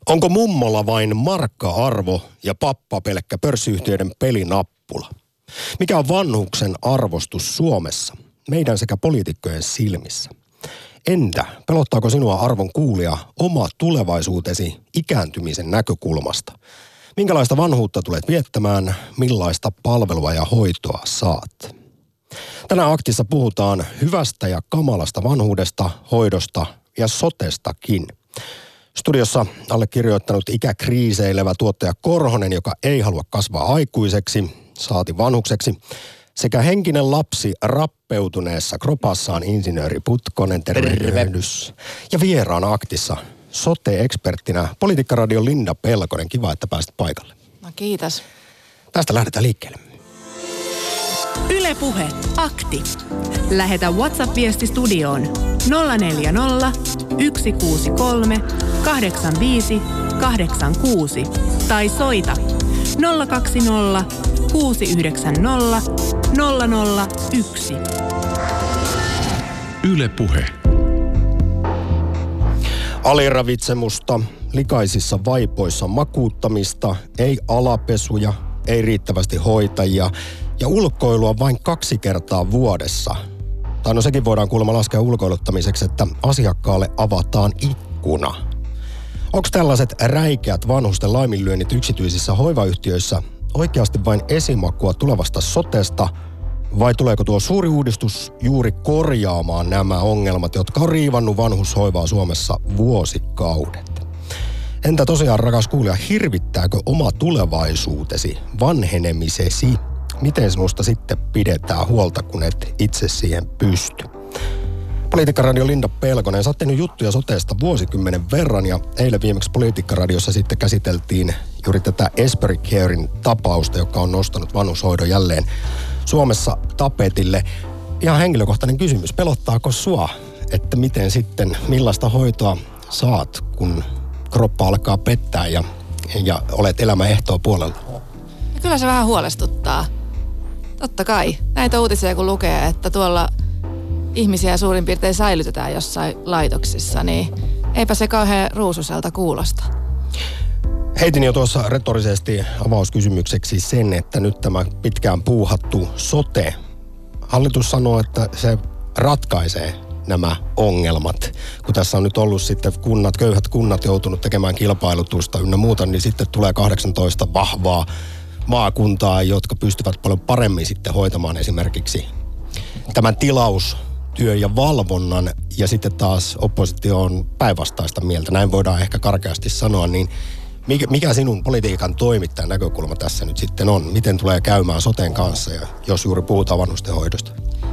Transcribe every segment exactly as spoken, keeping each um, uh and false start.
Onko mummolla vain markka-arvo ja pappa pelkkä pörssiyhtiöiden pelinappula? Mikä on vanhuksen arvostus Suomessa, meidän sekä poliitikkojen silmissä? Entä pelottaako sinua arvon kuulija oma tulevaisuutesi ikääntymisen näkökulmasta? Minkälaista vanhuutta tulet viettämään, millaista palvelua ja hoitoa saat? Tänään Aktissa puhutaan hyvästä ja kamalasta vanhuudesta, hoidosta ja sotestakin. Studiossa allekirjoittanut ikäkriiseilevä tuottaja Korhonen, joka ei halua kasvaa aikuiseksi, saati vanhukseksi, sekä henkinen lapsi rappeutuneessa kropassaan insinööri Putkonen, tervehdys. Ja vieraana Aktissa sote-eksperttinä Politiikkaradion Linda Pelkonen. Kiva, että pääsit paikalle. No kiitos. Tästä lähdetään liikkeelle. Yle Puhe, Akti. Lähetä WhatsApp-viesti studioon nolla neljä nolla, yksi kuusi kolme, kahdeksan viisi, kahdeksan kuusi tai soita nolla kaksi nolla, kuusi yhdeksän nolla, nolla nolla yksi. Yle Puhe. Aliravitsemusta, likaisissa vaipoissa makuuttamista, ei alapesuja, ei riittävästi hoitajia ja ulkoilua vain kaksi kertaa vuodessa. Tai no sekin voidaan kuulemma laskea ulkoiluttamiseksi, että asiakkaalle avataan ikkuna. Onko tällaiset räikeät vanhusten laiminlyönnit yksityisissä hoivayhtiöissä oikeasti vain esimakua tulevasta sotesta, vai tuleeko tuo suuri uudistus juuri korjaamaan nämä ongelmat, jotka on riivannut vanhushoivaa Suomessa vuosikaudet? Entä tosiaan, rakas kuulija, hirvittääkö oma tulevaisuutesi, vanhenemisesi? Miten sinusta sitten pidetään huolta, kun et itse siihen pysty? Politiikkaradion Linda Pelkonen, sä oot tehnyt juttuja soteesta vuosikymmenen verran ja eilen viimeksi Politiikkaradiossa sitten käsiteltiin juuri tätä Esperi Carein tapausta, joka on nostanut vanhushoidon jälleen Suomessa tapetille. Ihan henkilökohtainen kysymys, pelottaako sua, että miten sitten, millaista hoitoa saat, kun kroppa alkaa pettää ja, ja olet elämän ehtoa puolella? Ja kyllä se vähän huolestuttaa. Totta kai. Näitä uutisia kun lukee, että tuolla ihmisiä suurin piirtein säilytetään jossain laitoksissa, niin eipä se kauhean ruususelta kuulosta. Heitin jo tuossa retorisesti avauskysymykseksi sen, että nyt tämä pitkään puuhattu sote, hallitus sanoo, että se ratkaisee nämä ongelmat. Kun tässä on nyt ollut sitten kunnat, köyhät kunnat joutunut tekemään kilpailutusta ynnä muuta, niin sitten tulee kahdeksantoista vahvaa maakuntaa, jotka pystyvät paljon paremmin sitten hoitamaan esimerkiksi tämän tilaustyö ja valvonnan, ja sitten taas oppositio on päinvastaista mieltä. Näin voidaan ehkä karkeasti sanoa, niin mikä, mikä sinun politiikan toimittajan näkökulma tässä nyt sitten on? Miten tulee käymään soten kanssa, ja jos juuri puhutaan vanhustenhoidosta?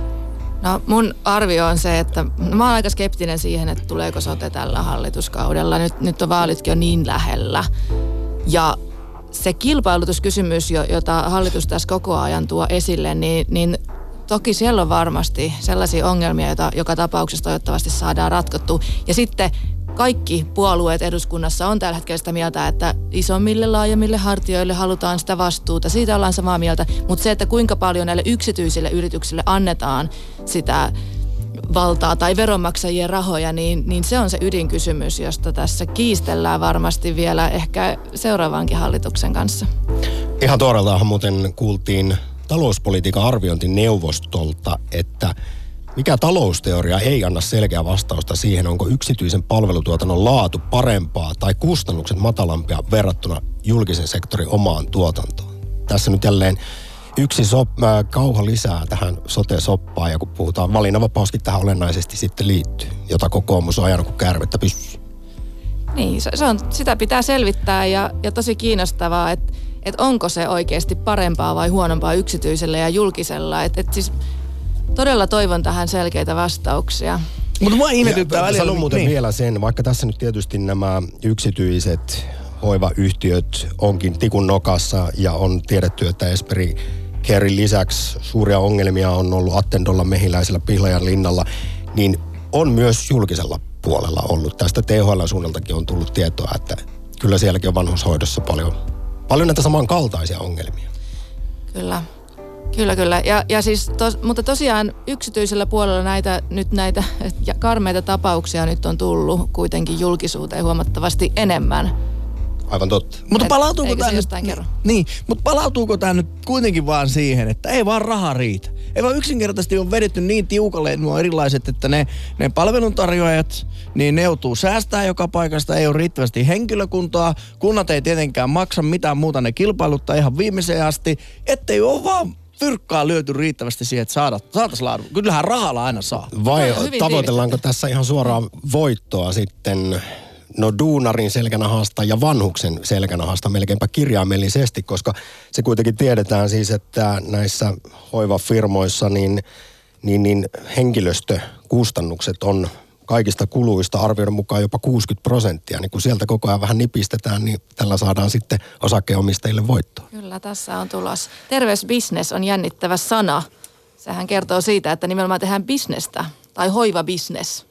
No mun arvio on se, että no, mä oon aika skeptinen siihen, että tuleeko sote tällä hallituskaudella. Nyt, nyt on vaalitkin jo niin lähellä. Ja se kilpailutuskysymys, jota hallitus tässä koko ajan tuo esille, niin, niin toki siellä on varmasti sellaisia ongelmia, joita joka tapauksessa toivottavasti saadaan ratkottua. Ja sitten kaikki puolueet eduskunnassa on tällä hetkellä sitä mieltä, että isommille, laajemmille hartioille halutaan sitä vastuuta. Siitä ollaan samaa mieltä, mutta se, että kuinka paljon näille yksityisille yrityksille annetaan sitä valtaa tai veronmaksajien rahoja, niin, niin se on se ydinkysymys, josta tässä kiistellään varmasti vielä ehkä seuraavankin hallituksen kanssa. Ihan tuoreeltaanhan muuten kuultiin talouspolitiikan arviointineuvostolta, että mikä talousteoria ei anna selkeää vastausta siihen, onko yksityisen palvelutuotannon laatu parempaa tai kustannukset matalampia verrattuna julkisen sektorin omaan tuotantoon. Tässä nyt jälleen yksi sop, äh, kauha lisää tähän sote-soppaan, ja kun puhutaan valinnanvapauskin tähän olennaisesti sitten liittyy, jota kokoomus on ajanut kuin käärmettä pystyy. Niin, se, se on, sitä pitää selvittää, ja, ja tosi kiinnostavaa, että et onko se oikeasti parempaa vai huonompaa yksityisellä ja julkisella. Että et siis todella toivon tähän selkeitä vastauksia. Mutta mua ihmetyttää välillä. Sanon muuten niin. vielä sen, vaikka tässä nyt tietysti nämä yksityiset hoivayhtiöt onkin tikun nokassa ja on tiedetty, että Esperi Carein lisäksi suuria ongelmia on ollut Attendolla, Mehiläisellä, Pihlajan linnalla, niin on myös julkisella puolella ollut. Tästä T H L suunnaltakin on tullut tietoa, että kyllä sielläkin on vanhushoidossa paljon, paljon näitä samankaltaisia ongelmia. Kyllä. Kyllä, kyllä. Ja, ja siis tos, mutta tosiaan yksityisellä puolella näitä, nyt näitä karmeita tapauksia nyt on tullut kuitenkin julkisuuteen huomattavasti enemmän Aivan totta. Mutta palautuuko tämä nyt, niin, mutta palautuuko tämä nyt kuitenkin vaan siihen, että ei vaan raha riitä? Ei vaan yksinkertaisesti on vedetty niin tiukalle nuo erilaiset, että ne, ne palveluntarjoajat, niin ne joutuu säästämään joka paikasta, ei ole riittävästi henkilökuntaa, kunnat ei tietenkään maksa mitään muuta, ne kilpailuttaa ihan viimeiseen asti, ettei ole vaan fyrkkaa lyöty riittävästi siihen, että saada, saataisiin laadun. Kyllähän rahalla aina saa. Vai tavoitellaanko tässä ihan suoraan voittoa sitten, no duunarin selkänahasta ja vanhuksen selkänahasta melkeinpä kirjaimellisesti, koska se kuitenkin tiedetään siis, että näissä hoivafirmoissa niin, niin, niin henkilöstökustannukset on kaikista kuluista arvioiden mukaan jopa kuusikymmentä prosenttia. Niin kun sieltä koko ajan vähän nipistetään, niin tällä saadaan sitten osakkeenomistajille voittoa. Kyllä, tässä on tulos. Terveysbisnes on jännittävä sana. Sehän kertoo siitä, että nimenomaan tehdään bisnestä tai hoivabisnes.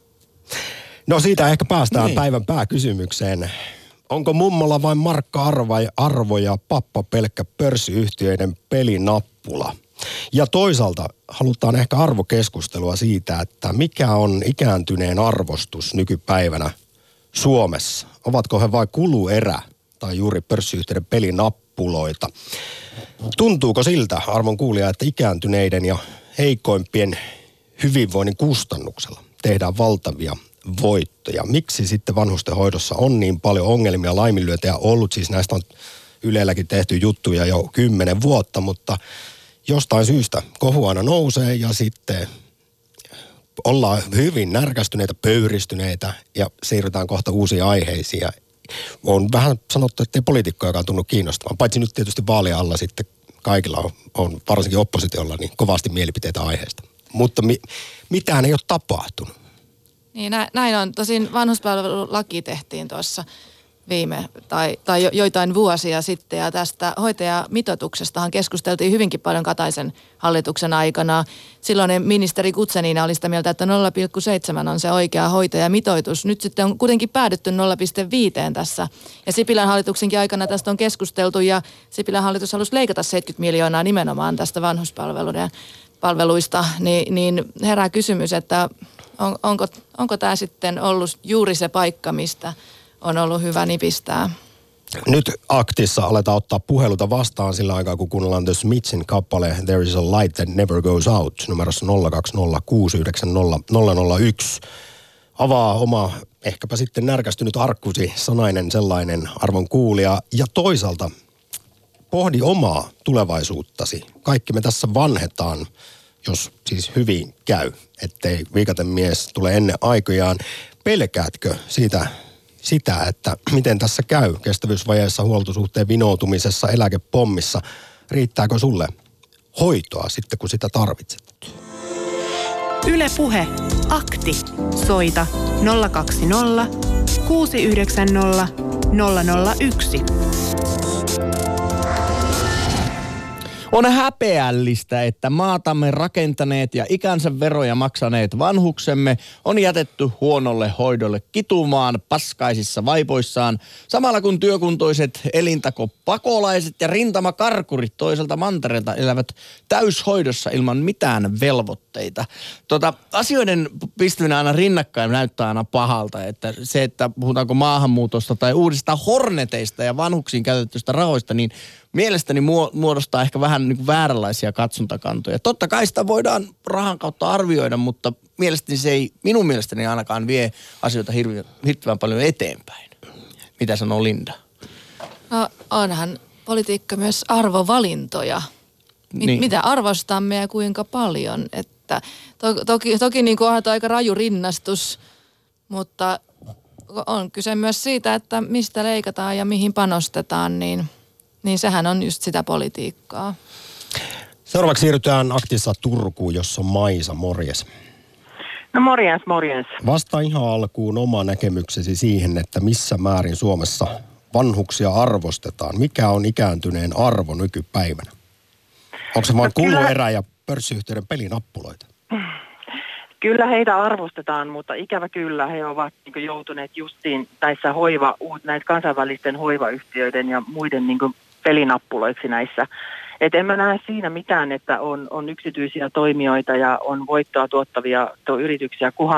No siitä ehkä päästään niin. päivän pääkysymykseen. Onko mummolla vain markka arvo ja pappa pelkkä pörssiyhtiöiden pelinappula? Ja toisaalta halutaan ehkä arvokeskustelua siitä, että mikä on ikääntyneen arvostus nykypäivänä Suomessa. Ovatko he vain kuluerä tai juuri pörssiyhtiöiden pelinappuloita? Tuntuuko siltä, arvon kuulija, että ikääntyneiden ja heikoimpien hyvinvoinnin kustannuksella tehdään valtavia voittoja? Miksi sitten vanhustenhoidossa on niin paljon ongelmia, laiminlyöntejä ollut? Siis näistä on Ylelläkin tehty juttuja jo kymmenen vuotta, mutta jostain syystä kohu aina nousee ja sitten ollaan hyvin närkästyneitä, pöyristyneitä ja siirrytään kohta uusiin aiheisiin. Ja on vähän sanottu, että ei poliitikkojakaan tunnu kiinnostamaan, paitsi nyt tietysti vaalien alla sitten kaikilla on, on varsinkin oppositiolla niin kovasti mielipiteitä aiheesta. Mutta mi, mitään ei ole tapahtunut. Niin, näin on. Tosin vanhuspalvelulaki tehtiin tuossa viime tai, tai jo, joitain vuosia sitten ja tästä hoitajamitoituksestahan keskusteltiin hyvinkin paljon Kataisen hallituksen aikana. Silloinen ministeri Guzenina oli sitä mieltä, että nolla pilkku seitsemän on se oikea hoitajamitoitus. Nyt sitten on kuitenkin päädytty nolla pilkku viisi tässä ja Sipilän hallituksenkin aikana tästä on keskusteltu ja Sipilän hallitus halusi leikata seitsemänkymmentä miljoonaa nimenomaan tästä vanhuspalveluiden palveluista, niin, niin herää kysymys, että on, onko, onko tämä sitten ollut juuri se paikka, mistä on ollut hyvä nipistää. Nyt Aktissa aletaan ottaa puheluta vastaan sillä aikaa, kun kuunnellaan The Smithin kappale There is a light that never goes out numerossa nolla kaksi nolla kuusi yhdeksän nolla nolla nolla yksi. Avaa oma, ehkäpä sitten närkästynyt arkkusi, sanainen sellainen arvon kuulija. Ja toisaalta pohdi omaa tulevaisuuttasi. Kaikki me tässä vanhetaan, jos siis hyvin käy, ettei viikaten mies tule ennen aikojaan. Pelkäätkö siitä sitä, että miten tässä käy kestävyysvajeessa, huoltosuhteen vinoutumisessa, eläkepommissa? Riittääkö sulle hoitoa sitten, kun sitä tarvitset? Yle Puhe. Akti. Soita nolla kaksi nolla kuusi yhdeksän nolla nolla nolla yksi. On häpeällistä, että maatamme rakentaneet ja ikänsä veroja maksaneet vanhuksemme on jätetty huonolle hoidolle kitumaan paskaisissa vaipoissaan, samalla kun työkuntoiset elintakopakolaiset ja rintamakarkurit toiselta mantereelta elävät täyshoidossa ilman mitään velvoitteita. Tota, asioiden pistäminen aina rinnakkain näyttää aina pahalta, että se, että puhutaanko maahanmuutosta tai uudista horneteista ja vanhuksiin käytetystä rahoista, niin mielestäni muodostaa ehkä vähän niin kuin vääränlaisia katsontakantoja. Totta kai sitä voidaan rahan kautta arvioida, mutta mielestäni se ei, minun mielestäni ainakaan vie asioita hirveän, hirveän paljon eteenpäin. Mitä sanoo Linda? No onhan politiikka myös arvovalintoja. Mi- niin. Mitä arvostamme ja kuinka paljon. Että to- toki toki niin kuin onhan aika raju rinnastus, mutta on kyse myös siitä, että mistä leikataan ja mihin panostetaan, niin Niin sehän on just sitä politiikkaa. Seuraavaksi siirrytään Aktissa Turkuun, jossa on Maisa, morjes. No morjens, morjens. Vasta ihan alkuun oma näkemyksesi siihen, että missä määrin Suomessa vanhuksia arvostetaan. Mikä on ikääntyneen arvo nykypäivänä? Onko se vain no, kuluerä ja pörssiyhtiöiden pelinappuloita? Kyllä heitä arvostetaan, mutta ikävä kyllä he ovat niin joutuneet justiin näissä hoiva, näitä kansainvälisten hoivayhtiöiden ja muiden niin pelinappuloiksi näissä. Et en mä näe siinä mitään, että on, on yksityisiä toimijoita ja on voittoa tuottavia yrityksiä, kunhan se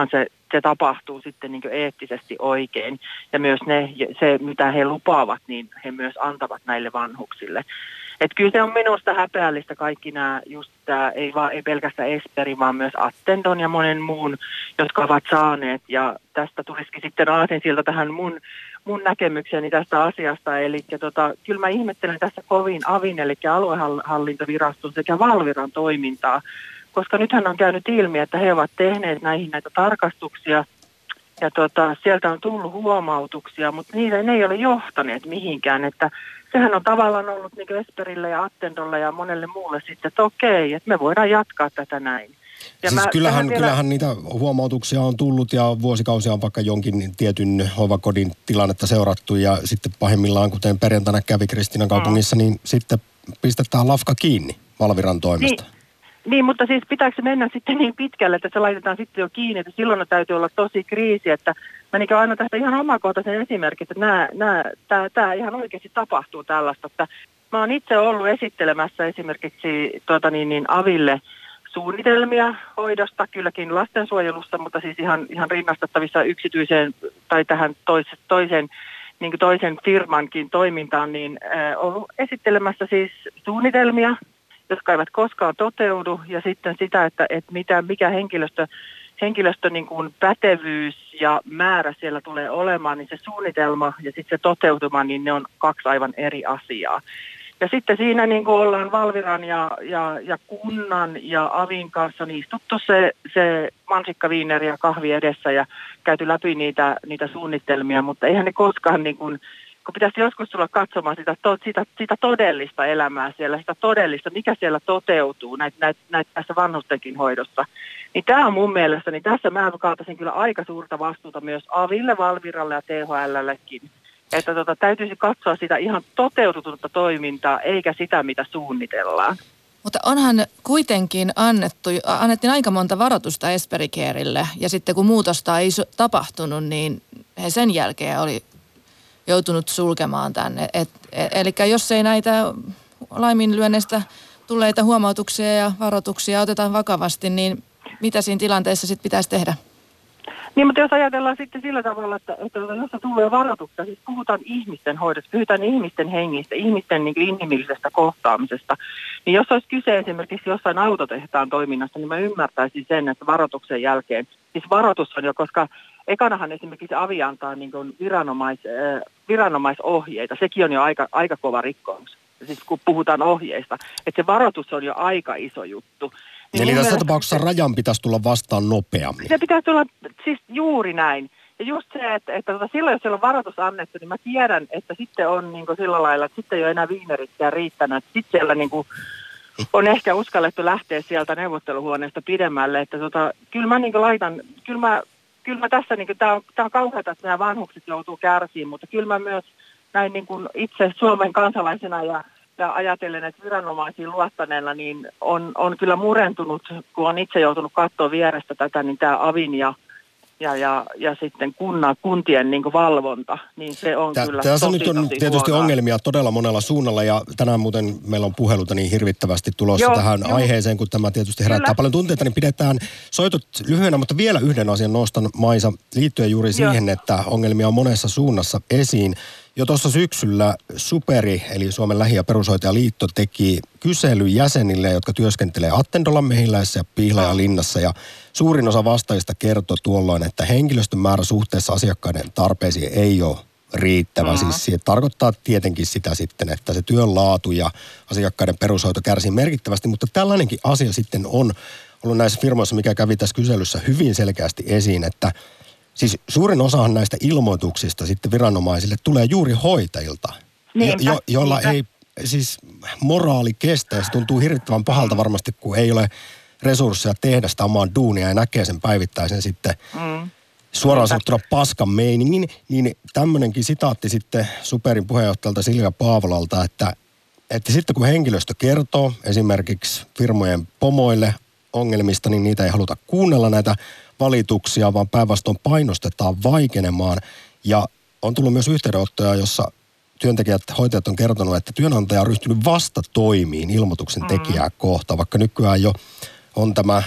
se tapahtuu sitten niin kuin eettisesti oikein. Ja myös ne, se, mitä he lupaavat, niin he myös antavat näille vanhuksille. Että kyllä se on minusta häpeällistä kaikki nämä, just tämä, ei, vaan, ei pelkästään Esperi, vaan myös Attendon ja monen muun, jotka ovat saaneet. Ja tästä tulisikin sitten aasinsilta tähän mun, mun näkemykseni tästä asiasta. Eli tota, kyllä mä ihmettelen tässä kovin avin, eli aluehallintoviraston sekä Valviran toimintaa, koska nythän on käynyt ilmi, että he ovat tehneet näihin näitä tarkastuksia. Ja tota, sieltä on tullut huomautuksia, mutta niitä ne ei ole johtaneet mihinkään, että sehän on tavallaan ollut niin kuin Esperille ja Attendolle ja monelle muulle sitten, että okei, että me voidaan jatkaa tätä näin. Ja siis mä, kyllähän, vielä... kyllähän niitä huomautuksia on tullut ja vuosikausia on vaikka jonkin tietyn hoivakodin tilannetta seurattu ja sitten pahimmillaan, kuten perjantaina kävi Kristiinan kaupungissa, mm. niin sitten pistetään lafka kiinni Valviran toimesta. Niin. Niin, mutta siis pitääkö se mennä sitten niin pitkälle, että se laitetaan sitten jo kiinni, että silloin täytyy olla tosi kriisi, että mä niin aina tästä ihan omakohtaisen esimerkin, että nämä, nämä, tämä, tämä ihan oikeasti tapahtuu tällaista, että mä oon itse ollut esittelemässä esimerkiksi tuota niin, niin aville suunnitelmia hoidosta, kylläkin lastensuojelussa, mutta siis ihan, ihan rinnastettavissa yksityiseen tai tähän tois, toiseen niin kuin toisen firmankin toimintaan, niin äh, ollut esittelemässä siis suunnitelmia, jotka eivät koskaan toteudu, ja sitten sitä, että, että mitä, mikä henkilöstö, henkilöstö niin kuin pätevyys ja määrä siellä tulee olemaan, niin se suunnitelma ja sitten se toteutuma, niin ne on kaksi aivan eri asiaa. Ja sitten siinä niin kuin ollaan Valviran ja, ja, ja kunnan ja avin kanssa niin istuttu se, se mansikkaviineri ja kahvi edessä ja käyty läpi niitä, niitä suunnitelmia, mutta eihän ne koskaan niin kuin, kun pitäisi joskus tulla katsomaan sitä, to, sitä, sitä todellista elämää siellä, sitä todellista, mikä siellä toteutuu näitä näit, näit tässä vanhustenkin hoidossa. Niin tämä on mun mielestä, niin tässä mä kaataisin kyllä aika suurta vastuuta myös aville, Valviralle ja T H L:llekin. Että tota, täytyisi katsoa sitä ihan toteututunutta toimintaa, eikä sitä, mitä suunnitellaan. Mutta onhan kuitenkin annettu, annettiin aika monta varoitusta Esperi Carelle, ja sitten kun muutosta ei tapahtunut, niin he sen jälkeen oli joutunut sulkemaan tänne. Et, et, eli jos ei näitä laiminlyönneistä tulleita huomautuksia ja varoituksia otetaan vakavasti, niin mitä siinä tilanteessa sitten pitäisi tehdä? Niin, mutta jos ajatellaan sitten sillä tavalla, että, että jos tulee varoituksia, siis puhutaan ihmisten hoidosta, puhutaan ihmisten hengistä, ihmisten niin kuin inhimillisestä kohtaamisesta, niin jos olisi kyse esimerkiksi jossain autotehtaan toiminnasta, niin mä ymmärtäisin sen, että varoituksen jälkeen, siis varoitus on jo, koska ekanahan esimerkiksi avi antaa niin kuin viranomais, äh, viranomaisohjeita, sekin on jo aika, aika kova rikkomus, siis kun puhutaan ohjeista, että se varoitus on jo aika iso juttu. Niin Eli tässä mielestä tapauksessa rajan pitäisi tulla vastaan nopeammin. Se pitäisi tulla siis juuri näin. Ja just se, että, että tota, silloin jos siellä on varoitus annettu, niin mä tiedän, että sitten on niin kuin sillä lailla, että sitten ei ole enää viineritkään riittänyt. Että sitten siellä niin kuin on ehkä uskallettu lähteä sieltä neuvotteluhuoneesta pidemmälle. Että tota, kyllä mä niin kuin laitan, kyllä mä, kyllä mä tässä, niin kuin, tää on, tää on kauheata, että nämä vanhukset joutuu kärsiin, mutta kyllä mä myös näin niin kuin itse Suomen kansalaisena ja ja ajatellen, että viranomaisiin luottaneella niin on, on kyllä murentunut, kun on itse joutunut katsoa vierestä tätä, niin tämä avin ja, ja, ja, ja sitten kunnan, kuntien niin kuin valvonta, niin se on Tää, kyllä Tässä tosi, nyt on tosi tietysti huonoa. ongelmia todella monella suunnalla ja tänään muuten meillä on puheluta niin hirvittävästi tulossa Joo, tähän jo. aiheeseen, kun tämä tietysti herättää kyllä paljon tunteita, niin pidetään soitot lyhyenä, mutta vielä yhden asian nostan, Maisa, liittyen juuri siihen, Joo. että ongelmia on monessa suunnassa esiin. Jo tuossa syksyllä Superi, eli Suomen lähi- ja perushoitajaliitto, teki kysely jäsenille, jotka työskentelee Attendolla, Mehiläisessä ja Pihlajalinnassa. Ja suurin osa vastaajista kertoi tuolloin, että henkilöstön määrä suhteessa asiakkaiden tarpeisiin ei ole riittävä. Mm-hmm. Siis se tarkoittaa tietenkin sitä sitten, että se työn laatu ja asiakkaiden perushoito kärsii merkittävästi. Mutta tällainenkin asia sitten on ollut näissä firmoissa, mikä kävi tässä kyselyssä hyvin selkeästi esiin, että siis suurin osahan näistä ilmoituksista sitten viranomaisille tulee juuri hoitajilta, niinpä, jo, joilla niinpä. ei siis moraali kestä. Ja se tuntuu hirvittävän pahalta varmasti, kun ei ole resursseja tehdä sitä omaa duunia ja näkee sen päivittäisen sitten mm. suoraan sanottuna paskan meiningin. Niin tämmöinenkin sitaatti sitten Superin puheenjohtajalta Silja Paavolalta, että, että sitten kun henkilöstö kertoo esimerkiksi firmojen pomoille ongelmista, niin niitä ei haluta kuunnella näitä valituksia, vaan päinvastoin painostetaan vaikenemaan. Ja on tullut myös yhteydenottoja, jossa työntekijät, hoitajat on kertonut, että työnantaja on ryhtynyt vastatoimiin ilmoituksen tekijää kohtaan, vaikka nykyään jo on tämä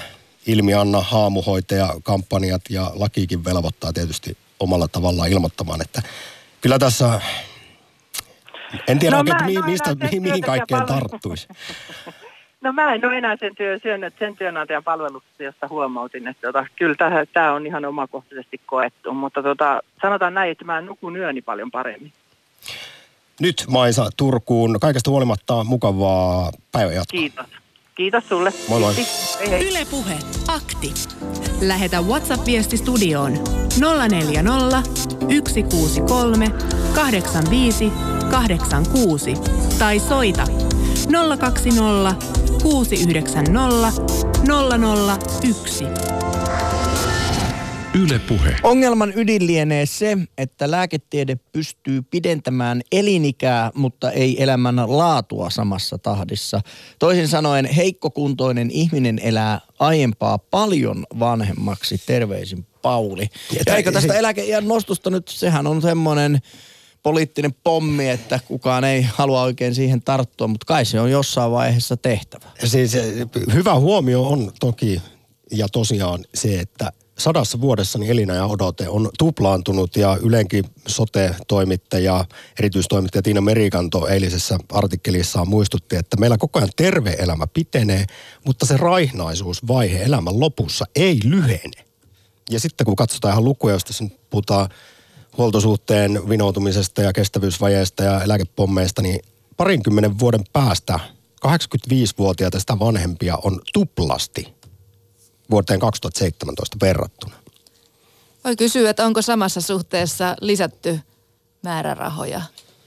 ilmianna haamuhoitajakampanjat ja lakikin velvoittaa tietysti omalla tavallaan ilmoittamaan, että kyllä tässä, en tiedä No oikein, mä että en mi- mistä, ole enää mihin, mihin kaikkeen työntekijäpalvelu- tarttuisi. No mä en ole enää sen, työ, sen, sen työnantajan palveluksessa, josta huomautin, että tota, kyllä tämä on ihan omakohtaisesti koettu, mutta tota, sanotaan näin, että mä nukun yöni paljon paremmin. Nyt Maisa Turkuun, kaikesta huolimatta mukavaa päivänjatkoa. Kiitos. Kiitos sulle. Moi moi. Kiitos. Hei hei. Yle Puhe. Akti. Lähetä WhatsApp-viesti studioon nolla neljä nolla, yksi kuusi kolme, kahdeksan viisi, kahdeksan kuusi tai soita nolla kaksi nolla, kuusi yhdeksän nolla, nolla nolla yksi. Yle Puhe. Ongelman ydin lienee se, että lääketiede pystyy pidentämään elinikää, mutta ei elämän laatua samassa tahdissa. Toisin sanoen heikkokuntoinen ihminen elää aiempaa paljon vanhemmaksi. Terveisin Pauli. Ja eikö tästä eläkeiän nostosta nyt, sehän on semmoinen poliittinen pommi, että kukaan ei halua oikein siihen tarttua, mutta kai se on jossain vaiheessa tehtävä. Siis hyvä huomio on toki ja tosiaan se, että sadassa vuodessa niin elinajan odote on tuplaantunut ja Ylenkin sote-toimittaja, erityistoimittaja Tiina Merikanto eilisessä artikkelissaan muistutti, että meillä koko ajan terve elämä pitenee, mutta se raihnaisuusvaihe elämän lopussa ei lyhene. Ja sitten kun katsotaan ihan lukuja, josta puhutaan huoltosuhteen vinoutumisesta ja kestävyysvajeesta ja eläkepommeista, niin parinkymmenen vuoden päästä kahdeksankymmentäviisivuotiaita sitä vanhempia on tuplasti vuoteen kaksituhattaseitsemäntoista verrattuna. Voi kysyä, että onko samassa suhteessa lisätty määrärahoja?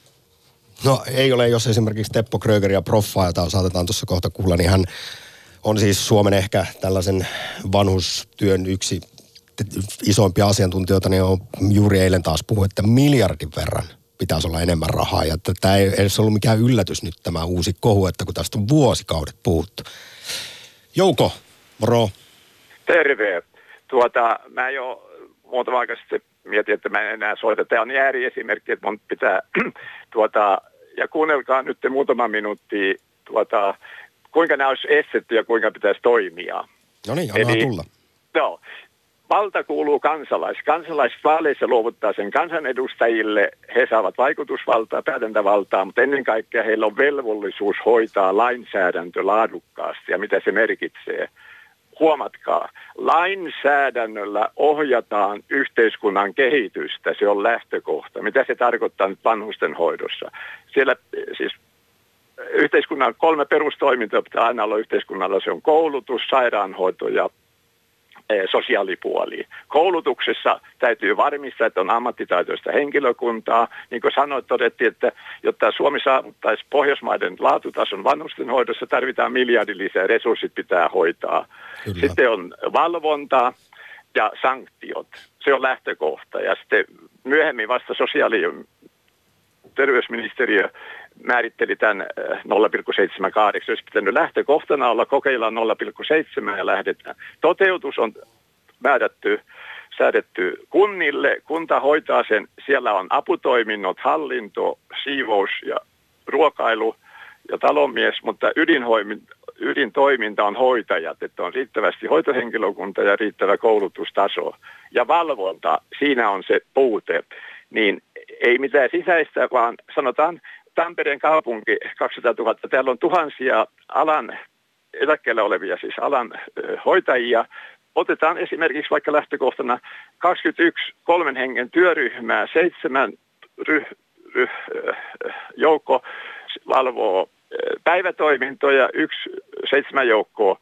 No ei ole, jos esimerkiksi Teppo Kröger Proffa, jota saatetaan tuossa kohta kuulla, niin hän on siis Suomen ehkä tällaisen vanhustyön yksi isoimpia asiantuntijoita, niin on juuri eilen taas puhunut, että miljardin verran pitäisi olla enemmän rahaa. Ja tämä ei edes ollut mikään yllätys nyt tämä uusi kohu, että kun tästä on vuosikaudet puhuttu. Jouko, moro. Terve. Tuota, mä jo muutama aika sitten mietin, että mä en enää soita. Tämä on ääriesimerkki, että mun pitää, tuota, ja kuunnelkaa nyt muutama minuutti, tuota, kuinka nämä olisi estetty ja kuinka pitäisi toimia. No niin, anna Eli, tulla. No, valta kuuluu kansalais. Kansalaiset vaaleissa luovuttaa sen kansanedustajille. He saavat vaikutusvaltaa, päätäntävaltaa, mutta ennen kaikkea heillä on velvollisuus hoitaa lainsäädäntö laadukkaasti. Ja mitä se merkitsee? Huomatkaa, lainsäädännöllä ohjataan yhteiskunnan kehitystä, se on lähtökohta. Mitä se tarkoittaa nyt vanhusten hoidossa? Siellä siis yhteiskunnan kolme perustoimintoa pitää aina olla yhteiskunnalla, se on koulutus, sairaanhoito ja sosiaalipuoli. Koulutuksessa täytyy varmistaa, että on ammattitaitoista henkilökuntaa. Niin kuin sanoit, todettiin, että jotta Suomi saavuttaisi Pohjoismaiden laatutason vanhustenhoidossa, tarvitaan miljardi lisää, resurssit pitää hoitaa. Kyllä. Sitten on valvonta ja sanktiot. Se on lähtökohta. Ja sitten myöhemmin vasta sosiaali- ja terveysministeriö määritteli tämän nolla pilkku seitsemänkymmentäkahdeksan. Olisi pitänyt lähtökohtana olla, kokeillaan nolla pilkku seitsemän ja lähdetään. Toteutus on määrätty, säädetty kunnille. Kunta hoitaa sen. Siellä on aputoiminnot, hallinto, siivous ja ruokailu ja talonmies, mutta ydinhoiminta, ydintoiminta on hoitajat, että on riittävästi hoitohenkilökunta ja riittävä koulutustaso. Ja valvonta, siinä on se puute. Niin ei mitään sisäistä, vaan sanotaan Tampereen kaupunki kaksisataatuhatta. Täällä on tuhansia alan eläkkeellä olevia, siis alan ö, hoitajia. Otetaan esimerkiksi vaikka lähtökohtana kaksikymmentäyksi kolmen hengen työryhmää, seitsemän ryh, ryh, ö, joukko valvoo ö, päivätoimintoja, yksi seitsemän joukkoa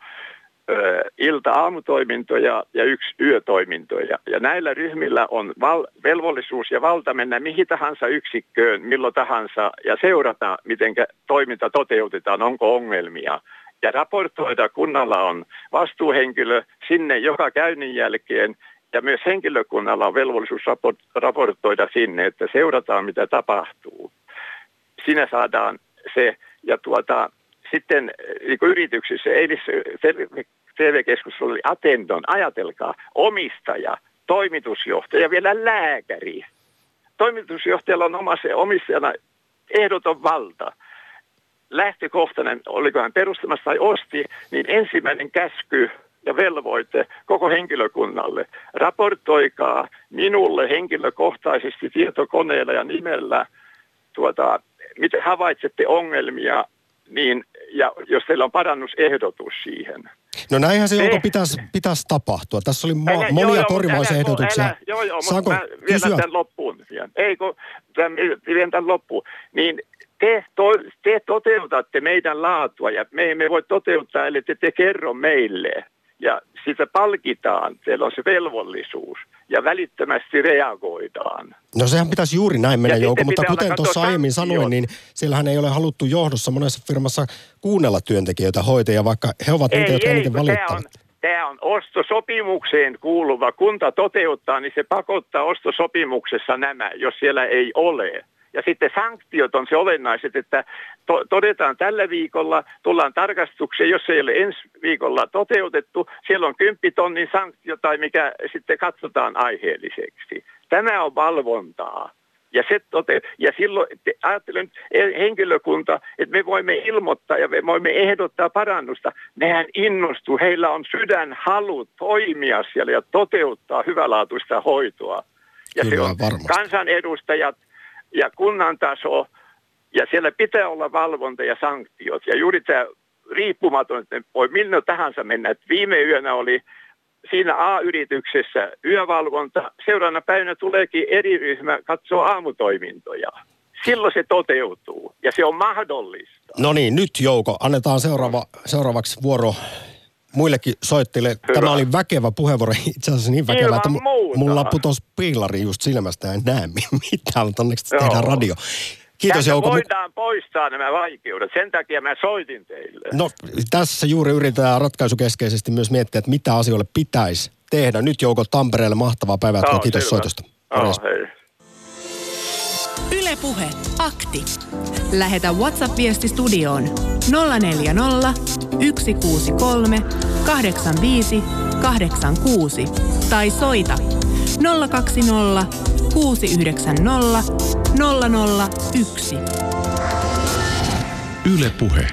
ilta-aamutoimintoja ja yksi yötoimintoja. Ja näillä ryhmillä on val- velvollisuus ja valta mennä mihin tahansa yksikköön, milloin tahansa, ja seurata, miten toiminta toteutetaan, onko ongelmia. Ja raportoida, kunnalla on vastuuhenkilö sinne joka käynnin jälkeen, ja myös henkilökunnalla on velvollisuus raport- raportoida sinne, että seurataan, mitä tapahtuu. Siinä saadaan se, ja tuota... Sitten niin kuin yrityksissä, eilis T V-keskustelu oli Attendon, ajatelkaa, omistaja, toimitusjohtaja, vielä lääkäri. Toimitusjohtajalla on omassa omistajana ehdoton valta. Lähtökohtainen, oliko hän perustamassa tai osti, niin ensimmäinen käsky ja velvoite koko henkilökunnalle. Raportoikaa minulle henkilökohtaisesti tietokoneella ja nimellä, tuota, miten havaitsette ongelmia, niin, ja jos teillä on parannusehdotus siihen. No näinhän se Jouko pitäisi, pitäisi tapahtua. Tässä oli mo- älä, monia joo, korvausehdotuksia. Älä, joo, joo, Saanko mutta mä vielä tämän loppuun. Ei, kun vielä tämän loppuun. Niin te, to, te toteutatte meidän laatua, ja me emme voi toteuttaa, eli te, te kerro meille. Ja sitä palkitaan, teillä on se velvollisuus, ja välittömästi reagoidaan. No sehän pitäisi juuri näin mennä, Jouko, mutta kuten tuossa aiemmin sanoin, niin siellähän ei ole haluttu johdossa monessa firmassa kuunnella työntekijöitä, hoitajia, vaikka he ovat niitä, jotka eniten valittavat. Tämä on ostosopimukseen kuuluva. Kunta toteuttaa, niin se pakottaa ostosopimuksessa nämä, jos siellä ei ole. Ja sitten sanktiot on se olennaiset, että to- todetaan tällä viikolla, tullaan tarkastukseen, jos ei ole ensi viikolla toteutettu, siellä on kymppitonnin sanktio tai mikä sitten katsotaan aiheelliseksi. Tämä on valvontaa. Ja, se tote- ja silloin ajattelen henkilökunta, että me voimme ilmoittaa ja me voimme ehdottaa parannusta. Nehän innostuu, heillä on sydän halu toimia siellä ja toteuttaa hyvälaatuista hoitoa. Ja Kyllä, se on varmasti. Kansanedustajat ja kunnan taso, ja siellä pitää olla valvonta ja sanktiot. Ja juuri tämä riippumaton, että voi milloin tahansa mennä. Että viime yönä oli siinä A-yrityksessä yövalvonta. Seuraavana päivänä tuleekin eri ryhmä katsoo aamutoimintoja. Silloin se toteutuu, ja se on mahdollista. No niin, nyt Jouko, annetaan seuraava, seuraavaksi vuoro muillekin soittajille. Hyvä. Tämä oli väkevä puheenvuoro, itse asiassa niin väkevä, Ilman että muuta. mulla putosi piilari just silmästä, en näe mitään, mutta onneksi Joo. tehdään radio. Kiitos Tästä Jouko. voidaan poistaa nämä vaikeudet, sen takia mä soitin teille. No tässä juuri yritetään ratkaisukeskeisesti myös miettiä, että mitä asioille pitäisi tehdä. Nyt Jouko Tampereelle mahtavaa päivää, Joo, kiitos selvä. soitosta. Joo, hei. Yle Puhe, akti. Lähetä WhatsApp-viesti studioon nolla neljä nolla, yksi kuusi kolme, kahdeksan viisi, kahdeksan kuusi tai soita nolla kaksi nolla, kuusi yhdeksän nolla, nolla nolla yksi. Yle Puhe.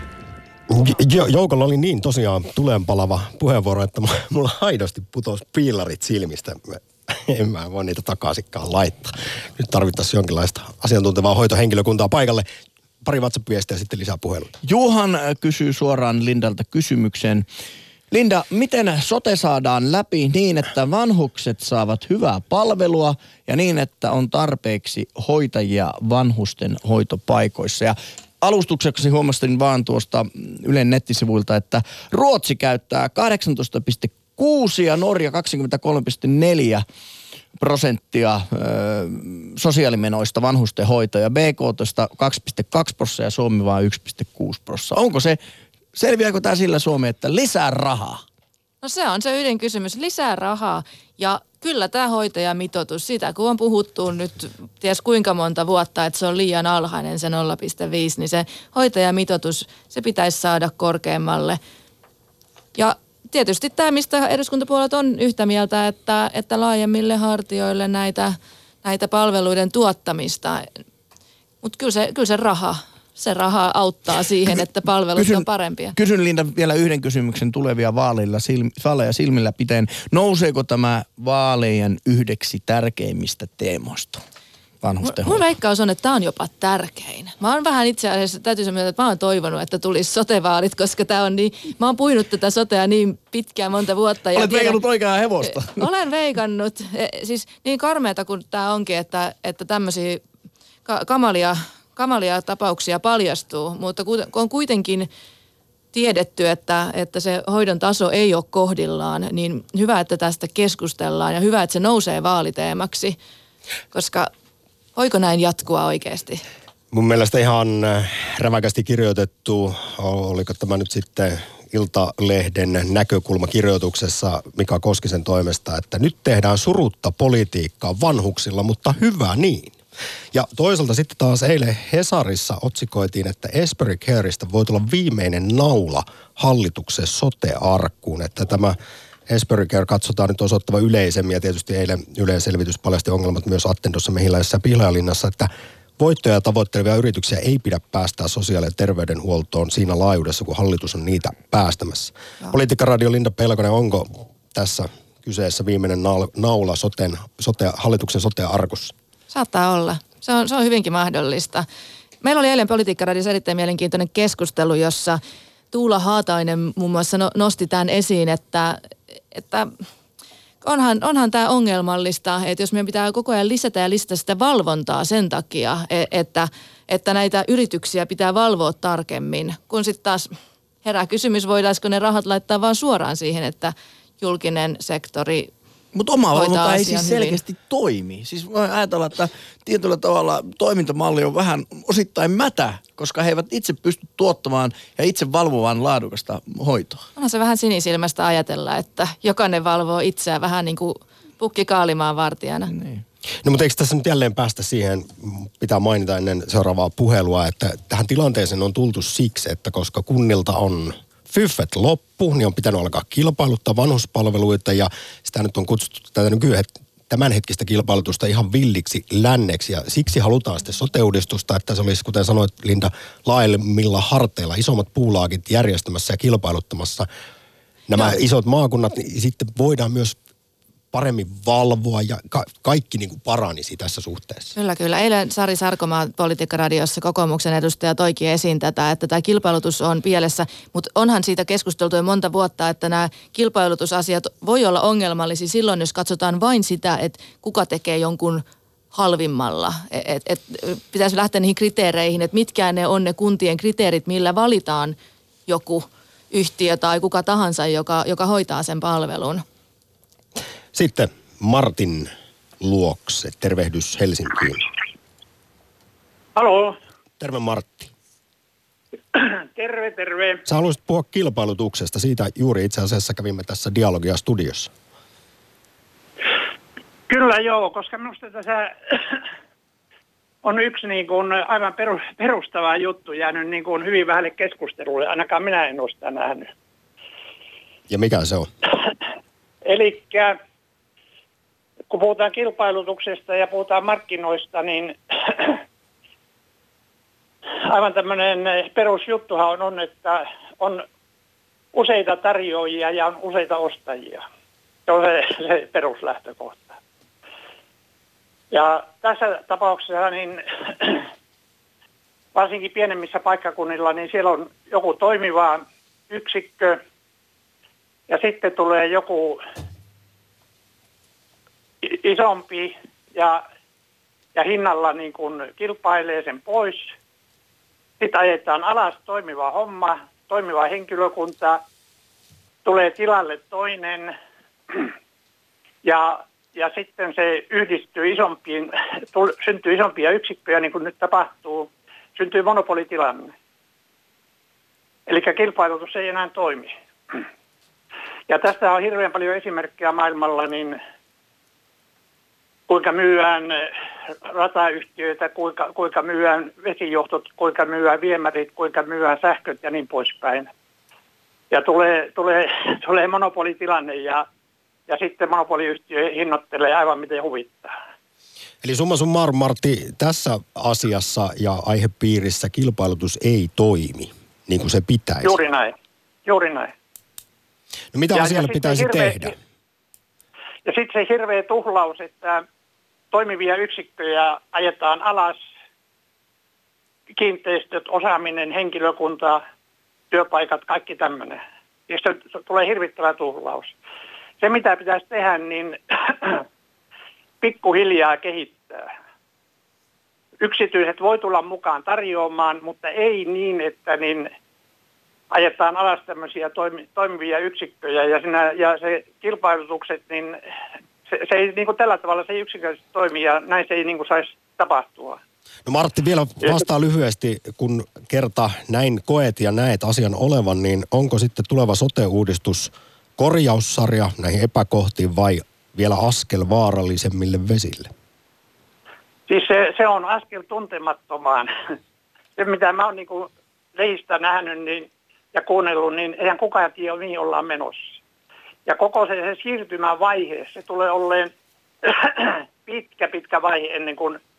Jo, Joukolla oli niin tosiaan tulenpalava puheenvuoro, että mulla aidosti putosi piilarit silmistä. En mä voi niitä takaisinkaan laittaa. Nyt tarvittaisiin jonkinlaista asiantuntevaa hoitohenkilökuntaa paikalle. Pari WhatsApp-viestiä ja sitten lisää puhelua. Juhan kysyy suoraan Lindalta kysymyksen. Linda, miten sote saadaan läpi niin, että vanhukset saavat hyvää palvelua ja niin, että on tarpeeksi hoitajia vanhusten hoitopaikoissa? Ja alustukseksi huomasin vaan tuosta Ylen nettisivuilta, että Ruotsi käyttää kahdeksantoista pilkku kuusi ja Norja kaksikymmentäkolme pilkku neljä prosenttia ö, sosiaalimenoista vanhusten hoitoja. B K T:sta kaksi pilkku kaksi prosenttia ja Suomi vaan yksi pilkku kuusi prosenttia. Onko se, selviääkö tämä sillä Suomi, että lisää rahaa? No se on se ydinkysymys. Lisää rahaa ja kyllä tämä hoitajamitoitus, sitä kun on puhuttu nyt ties kuinka monta vuotta, että se on liian alhainen se nolla pilkku viisi, niin se hoitajamitoitus, se pitäisi saada korkeammalle. Ja tietysti tämä, mistä eduskuntapuolet on yhtä mieltä, että, että laajemmille hartioille näitä, näitä palveluiden tuottamista. Mutta kyllä se, kyllä se raha, se raha auttaa siihen, että palvelut kysyn, on parempia. Kysyn Linda vielä yhden kysymyksen tulevia vaaleilla, silmi, vaaleja silmillä pitäen. Nouseeko tämä vaalejen yhdeksi tärkeimmistä teemoista? Mun veikkaus on, että tämä on jopa tärkein. Mä oon vähän itse asiassa, täytyy sanoa, että mä oon toivonut, että tulisi sote-vaalit, koska tää on niin, mä oon puinut tätä sotea niin pitkään monta vuotta. Ja Olet tiedän, veikannut oikeaa hevosta. Olen veikannut. Siis niin karmeata kuin tää onkin, että, että tämmöisiä ka- kamalia, kamalia tapauksia paljastuu, mutta on kuitenkin tiedetty, että, että se hoidon taso ei ole kohdillaan, niin hyvä, että tästä keskustellaan ja hyvä, että se nousee vaaliteemaksi, koska voiko näin jatkua oikeasti? Mun mielestä ihan räväkästi kirjoitettu, oliko tämä nyt sitten Iltalehden näkökulmakirjoituksessa Mika Koskisen toimesta, että nyt tehdään surutta politiikkaa vanhuksilla, mutta hyvä niin. Ja toisaalta sitten taas eilen Hesarissa otsikoitiin, että Esperi Careista voi tulla viimeinen naula hallituksen sote-arkkuun, että tämä Esperi Care katsotaan nyt osoittava yleisemmin ja tietysti eilen Ylen selvitys paljasti ongelmat myös Attendossa, Mehiläisessä ja Pihlajalinnassa, että voittoja tavoittelevia yrityksiä ei pidä päästää sosiaali- ja terveydenhuoltoon siinä laajuudessa, kun hallitus on niitä päästämässä. No. Politiikkaradio Linda Pelkonen, onko tässä kyseessä viimeinen naula soten, sote, hallituksen sote-arkussa? Saattaa olla. Se on, se on hyvinkin mahdollista. Meillä oli eilen Politiikkaradiossa erittäin mielenkiintoinen keskustelu, jossa Tuula Haatainen muun muassa no, nosti tämän esiin, että, että onhan, onhan tämä ongelmallista, että jos meidän pitää koko ajan lisätä ja lisätä sitä valvontaa sen takia, että, että näitä yrityksiä pitää valvoa tarkemmin, kun sitten taas herää kysymys, voidaanko ne rahat laittaa vaan suoraan siihen, että julkinen sektori Mutta oma valvonta ei siis hyvin. selkeästi toimi. Siis voi ajatella, että tietyllä tavalla toimintamalli on vähän osittain mätä, koska he eivät itse pysty tuottamaan ja itse valvomaan laadukasta hoitoa. Onhan se vähän sinisilmästä ajatella, että jokainen valvoo itseään vähän niin kuin pukki kaalimaan vartijana. Niin. No mutta eikö tässä nyt jälleen päästä siihen, pitää mainita ennen seuraavaa puhelua, että tähän tilanteeseen on tultu siksi, että koska kunnilta on fyffet loppu, niin on pitänyt alkaa kilpailuttaa vanhuspalveluita ja sitä nyt on kutsuttu tätä nykyään tämänhetkistä kilpailutusta ihan villiksi länneksi ja siksi halutaan sitten sote-uudistusta, että se olisi, kuten sanoit Linda, laajemmilla harteilla isommat puulaakit järjestämässä ja kilpailuttamassa nämä ja isot maakunnat, niin sitten voidaan myös paremmin valvoa ja ka- kaikki niin kuin paranisi tässä suhteessa. Kyllä, kyllä. Eilen Sari Sarkomaa Politiikkaradiossa kokoomuksen edustaja toikin esiin tätä, että tämä kilpailutus on pielessä, mutta onhan siitä keskusteltu jo monta vuotta, että nämä kilpailutusasiat voi olla ongelmallisia silloin, jos katsotaan vain sitä, että kuka tekee jonkun halvimmalla. Et, et, pitäisi lähteä niihin kriteereihin, että mitkä ne on ne kuntien kriteerit, millä valitaan joku yhtiö tai kuka tahansa, joka, joka hoitaa sen palvelun. Sitten Martin luokse. Tervehdys Helsinkiin. Haloo. Terve Martti. Terve, terve. Sä haluaisit puhua kilpailutuksesta. Siitä juuri itse asiassa kävimme tässä Dialogia studiossa. Kyllä joo, koska minusta tässä on yksi niin kuin aivan perustava juttu jäänyt niin kuin hyvin vähälle keskustelulle. Ainakaan minä en ole sitä nähnyt. Ja mikä se on? Elikkä kun puhutaan kilpailutuksesta ja puhutaan markkinoista, niin aivan tämmöinen perusjuttuhan on, on, että on useita tarjoajia ja on useita ostajia. Se on se, se peruslähtökohta. Ja tässä tapauksessa niin varsinkin pienemmissä paikkakunnilla, niin siellä on joku toimiva yksikkö ja sitten tulee joku isompi ja, ja hinnalla niin kuin kilpailee sen pois. Sitten ajetaan alas toimiva homma, toimiva henkilökunta, tulee tilalle toinen ja, ja sitten se yhdistyy isompiin, syntyy isompia yksikköjä niin kuin nyt tapahtuu, syntyy monopolitilanne. Eli kilpailutus ei enää toimi. Ja tästä on hirveän paljon esimerkkejä maailmalla, niin kuinka myydään ratayhtiöitä, kuinka, kuinka myydään vesijohtot, kuinka myydään viemärit, kuinka myydään sähköt ja niin poispäin. Ja tulee, tulee, tulee monopolitilanne ja, ja sitten monopoliyhtiö hinnoittelee aivan miten huvittaa. Eli summa summarum, Martti, tässä asiassa ja aihepiirissä kilpailutus ei toimi niin kuin se pitäisi. Juuri näin, juuri näin. No mitä ja, asialle ja pitäisi hirveä, tehdä? Ja sitten se hirveä tuhlaus, että toimivia yksikköjä ajetaan alas, kiinteistöt, osaaminen, henkilökunta, työpaikat, kaikki tämmöinen. Ja se tulee hirvittävä tuhlaus. Se mitä pitäisi tehdä, niin pikkuhiljaa kehittää. Yksityiset voi tulla mukaan tarjoamaan, mutta ei niin, että niin ajetaan alas tämmöisiä toimi, toimivia yksikköjä ja, sinä, ja se kilpailutukset, niin se, se ei niin kuin tällä tavalla se ei yksinkertaisesti toimi ja näin se ei niin kuin saisi tapahtua. No Martti, vielä vastaa lyhyesti, kun kerta näin koet ja näet asian olevan, niin onko sitten tuleva sote-uudistus korjaussarja näihin epäkohtiin vai vielä askel vaarallisemmille vesille? Siis se, se on askel tuntemattomaan. Se mitä mä oon niin kuin lehdistä nähnyt niin, ja kuunnellut, niin eihän kukaan tiedä, mihin ollaan menossa. Ja koko se, se siirtymävaihe, se tulee olleen pitkä, pitkä vaihe ennen kuin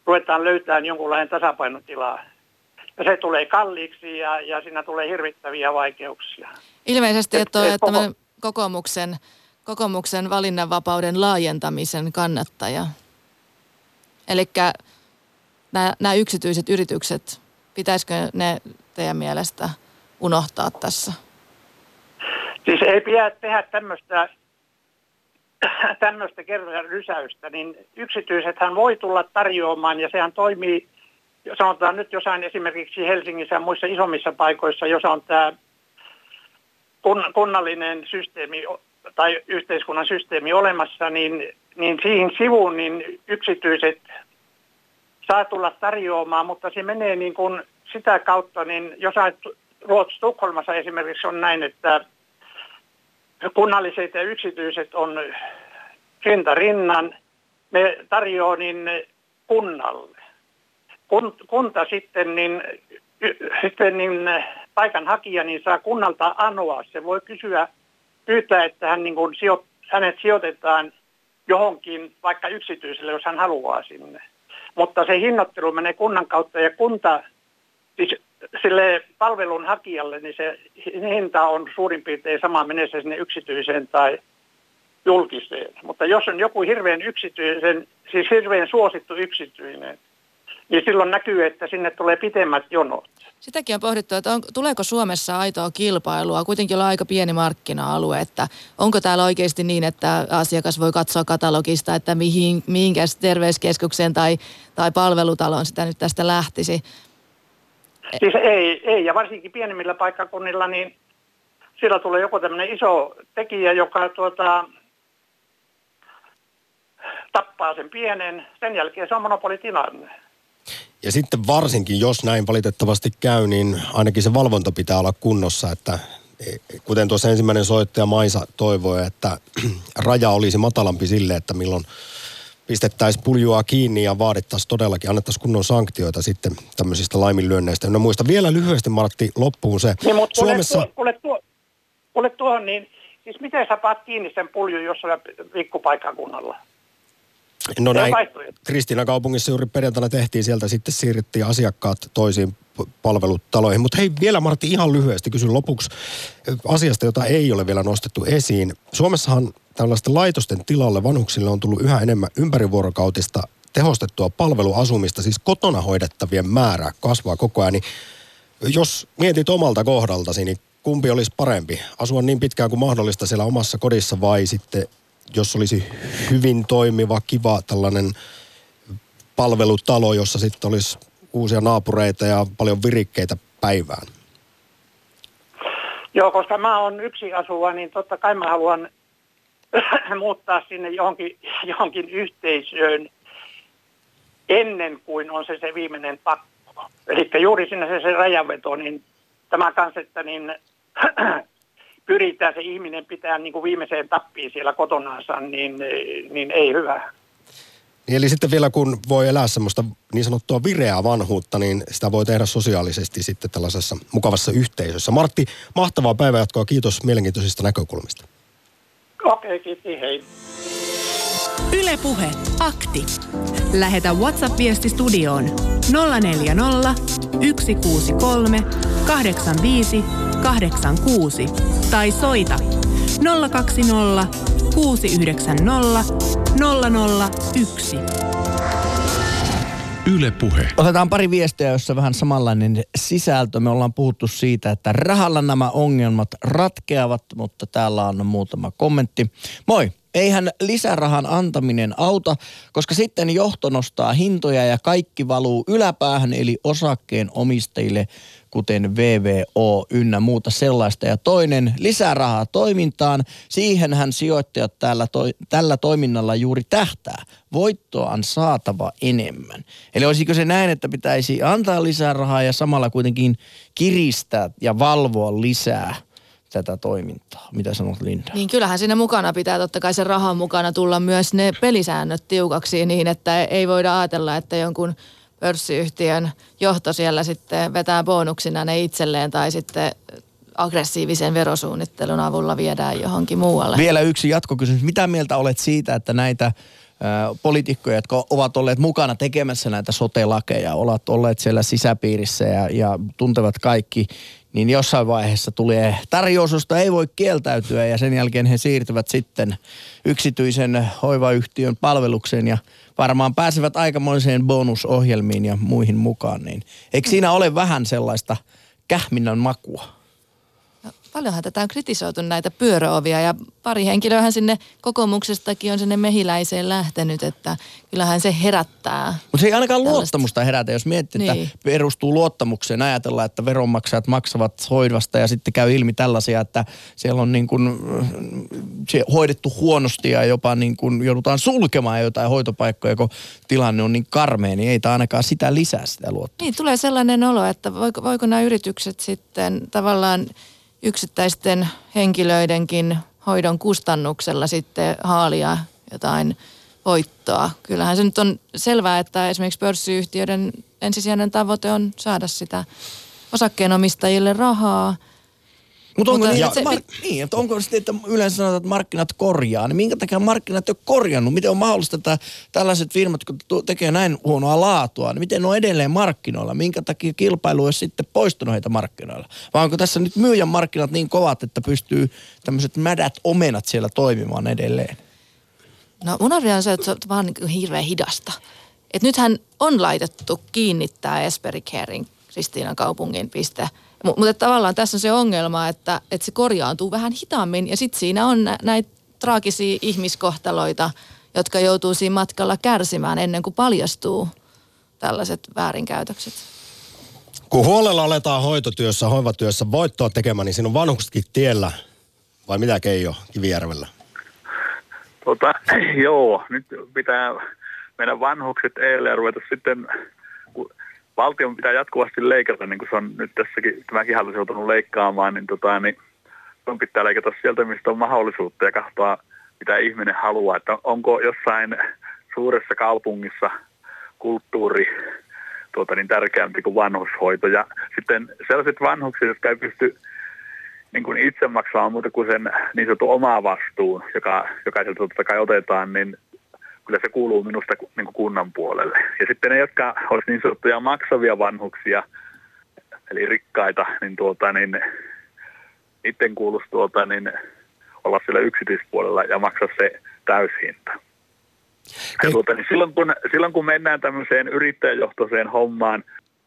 ruvetaan löytämään jonkunlainen tasapainotila. Ja se tulee kalliiksi ja, ja siinä tulee hirvittäviä vaikeuksia. Ilmeisesti, että Et- olet et koko- tämmöinen kokoomuksen, kokoomuksen valinnanvapauden laajentamisen kannattaja. Eli nämä yksityiset yritykset, pitäisikö ne teidän mielestä unohtaa tässä? Siis ei pidä tehdä tämmöistä tämmöistä kerran rysäystä, niin yksityisethän voi tulla tarjoamaan ja sehän toimii, sanotaan nyt jossain esimerkiksi Helsingissä ja muissa isommissa paikoissa, jos on tämä kun, kunnallinen systeemi tai yhteiskunnan systeemi olemassa, niin, niin siihen sivuun niin yksityiset saa tulla tarjoamaan, mutta se menee niin kuin sitä kautta, niin jossain Ruotsissa Tukholmassa esimerkiksi on näin, että kunnalliset ja yksityiset on rinta rinnan, ne tarjoaa niin kunnalle. Kun, kunta sitten, niin, y, sitten niin paikanhakija niin saa kunnalta anoa. Se voi kysyä, pyytää, että hän, niin kuin sijo, hänet sijoitetaan johonkin vaikka yksityiselle, jos hän haluaa sinne. Mutta se hinnoittelu menee kunnan kautta ja kunta, siis sille palvelun hakijalle, niin se hinta on suurin piirtein sama, menee se sinne yksityiseen tai julkiseen. Mutta jos on joku hirveän yksityisen, siis hirveän suosittu yksityinen, niin silloin näkyy, että sinne tulee pitemmät jonot. Sitäkin on pohdittu, että on, tuleeko Suomessa aitoa kilpailua? Kuitenkin on aika pieni markkina-alue, että onko täällä oikeasti niin, että asiakas voi katsoa katalogista, että mihin, mihinkäs terveyskeskukseen tai, tai palvelutaloon sitä nyt tästä lähtisi? Siis ei, ei, ja varsinkin pienemmillä paikkakunnilla, niin siellä tulee joku tämmöinen iso tekijä, joka tuota, tappaa sen pienen. Sen jälkeen se on monopolitilanne. Ja sitten varsinkin, jos näin valitettavasti käy, niin ainakin se valvonta pitää olla kunnossa, että kuten tuossa ensimmäinen soittaja Maisa toivoi, että raja olisi matalampi sille, että milloin pistettäisiin puljua kiinni ja vaadittaisiin todellakin, annettaisiin kunnon sanktioita sitten tämmöisistä laiminlyönneistä. No muista vielä lyhyesti, Martti, loppuun se. Niin, mutta Suomessa... kuule, kuule, tuo, kuule tuohon, niin siis miten sä paat kiinni sen puljun jossain pikkupaikkakunnalla? No näin, Kristiinan kaupungissa juuri perjantaina tehtiin, sieltä sitten siirrettiin asiakkaat toisiin palvelutaloihin. Mutta hei, vielä Martti ihan lyhyesti kysyn lopuksi asiasta, jota ei ole vielä nostettu esiin. Suomessahan tällaisten laitosten tilalle vanhuksille on tullut yhä enemmän ympärivuorokautista tehostettua palveluasumista, siis kotona hoidettavien määrä kasvaa koko ajan. Niin jos mietit omalta kohdaltasi, niin kumpi olisi parempi? Asua niin pitkään kuin mahdollista siellä omassa kodissa vai sitten, jos olisi hyvin toimiva, kiva tällainen palvelutalo, jossa sitten olisi uusia naapureita ja paljon virikkeitä päivään? Joo, koska mä oon yksi asuva, niin totta kai mä haluan muuttaa sinne johonkin, johonkin yhteisöön ennen kuin on se se viimeinen pakko. Eli juuri sinne se, se rajanveto, niin tämä kanssa, että niin pyritään se ihminen pitää niin kuin viimeiseen tappiin siellä kotonaansa, niin, niin ei hyvä. Eli sitten vielä kun voi elää semmoista niin sanottua vireää vanhuutta, niin sitä voi tehdä sosiaalisesti sitten tällaisessa mukavassa yhteisössä. Martti, mahtavaa päivänjatkoa. Kiitos mielenkiintoisista näkökulmista. Okei, kiitos. Hei. Yle Puhe. Akti. Lähetä WhatsApp-viesti studioon nolla neljä nolla, yksi kuusi kolme, kahdeksan viisi, kahdeksan kuusi tai soita nolla kaksi nolla, kuusi yhdeksän nolla, nolla nolla yksi. Yle Puhe. Otetaan pari viestiä, jossa vähän samanlainen sisältö. Me ollaan puhuttu siitä, että rahalla nämä ongelmat ratkeavat, mutta täällä on muutama kommentti. Moi! Eihän lisärahan antaminen auta, koska sitten johto nostaa hintoja ja kaikki valuu yläpäähän, eli osakkeen omistajille, kuten V V O ynnä muuta sellaista. Ja toinen, lisärahaa toimintaan, siihenhän sijoittajat tällä, to, tällä toiminnalla juuri tähtää. Voittoa on saatava enemmän. Eli olisiko se näin, että pitäisi antaa lisää rahaa ja samalla kuitenkin kiristää ja valvoa lisää tätä toimintaa? Mitä sanot, Linda? Niin kyllähän siinä mukana pitää totta kai sen rahan mukana tulla myös ne pelisäännöt tiukaksi niin, että ei voida ajatella, että jonkun pörssiyhtiön johto siellä sitten vetää bonuksina ne itselleen tai sitten aggressiivisen verosuunnittelun avulla viedään johonkin muualle. Vielä yksi jatkokysymys. Mitä mieltä olet siitä, että näitä poliitikkoja, jotka ovat olleet mukana tekemässä näitä sote-lakeja, ovat olleet siellä sisäpiirissä ja, ja tuntevat kaikki, niin jossain vaiheessa tulee tarjous, josta ei voi kieltäytyä ja sen jälkeen he siirtyvät sitten yksityisen hoivayhtiön palvelukseen ja varmaan pääsevät aikamoiseen bonusohjelmiin ja muihin mukaan. Niin eikö siinä ole vähän sellaista kähminnän makua? No, paljonhan tätä on kritisoitu näitä pyöröovia ja pari henkilöähän sinne kokoomuksestakin on sinne Mehiläiseen lähtenyt, että kyllähän se herättää. Mutta se ei ainakaan tällaista luottamusta herätä, jos miettii, niin, että perustuu luottamukseen. Ajatellaan, että veronmaksajat maksavat hoivasta ja sitten käy ilmi tällaisia, että siellä on niin kuin se hoidettu huonosti ja jopa niin kuin joudutaan sulkemaan jotain hoitopaikkoja, kun tilanne on niin karmea, niin ei tämä ainakaan sitä lisää sitä luottamusta. Niin, tulee sellainen olo, että voiko, voiko nämä yritykset sitten tavallaan yksittäisten henkilöidenkin hoidon kustannuksella sitten haalia jotain voittoa. Kyllähän se nyt on selvää, että esimerkiksi pörssiyhtiöiden ensisijainen tavoite on saada sitä osakkeenomistajille rahaa. Mutta onko, Mutta niin, se, mar- niin, että onko sitten, että yleensä sanotaan, että markkinat korjaa, niin minkä takia markkinat ei ole korjannut? Miten on mahdollista, että tällaiset firmat, kun tekee näin huonoa laatua, niin miten ne on edelleen markkinoilla? Minkä takia kilpailu olisi sitten poistunut heitä markkinoilla? Vai onko tässä nyt myyjän markkinat niin kovat, että pystyy tämmöiset mädät omenat siellä toimimaan edelleen? No mun arvio on se, että se on vaan niin hirveän hidasta. Et nythän on laitettu kiinni tämä Esperi Caring Kristiinan kaupungin piste. Mutta tavallaan tässä on se ongelma, että, että se korjaantuu vähän hitaammin ja sitten siinä on nä- näitä traagisia ihmiskohtaloita, jotka joutuu siinä matkalla kärsimään ennen kuin paljastuu tällaiset väärinkäytökset. Kun huolella aletaan hoitotyössä, hoivatyössä voittoa tekemään, niin siinä on vanhuksetkin tiellä. Vai mitä, Keijo Kivijärvellä? Tota, joo, nyt pitää meidän vanhukset eilen ruveta sitten, kun valtion pitää jatkuvasti leikata, niin kuin se on nyt tässäkin, tämäkin hallitus joutunut leikkaamaan, niin, tota, niin on pitää leikata sieltä, mistä on mahdollisuutta ja katsoa, mitä ihminen haluaa. Että onko jossain suuressa kaupungissa kulttuuri tuota, niin tärkeämpi kuin vanhushoito. Ja sitten sellaiset vanhukset, jotka ei pysty niin kuin itse maksamaan muuta kuin sen niin sanotun omaa vastuun, joka jokaiselta totta kai otetaan, niin kyllä se kuuluu minusta niin kuin kunnan puolelle. Ja sitten ne, jotka olisi niin sanottuja maksavia vanhuksia, eli rikkaita, niin, tuota, niin niiden kuuluisi tuota, niin olla siellä yksityispuolella ja maksaa se täyshinta. Ja tuota, niin silloin, kun, silloin kun mennään tämmöiseen yrittäjäjohtoiseen hommaan,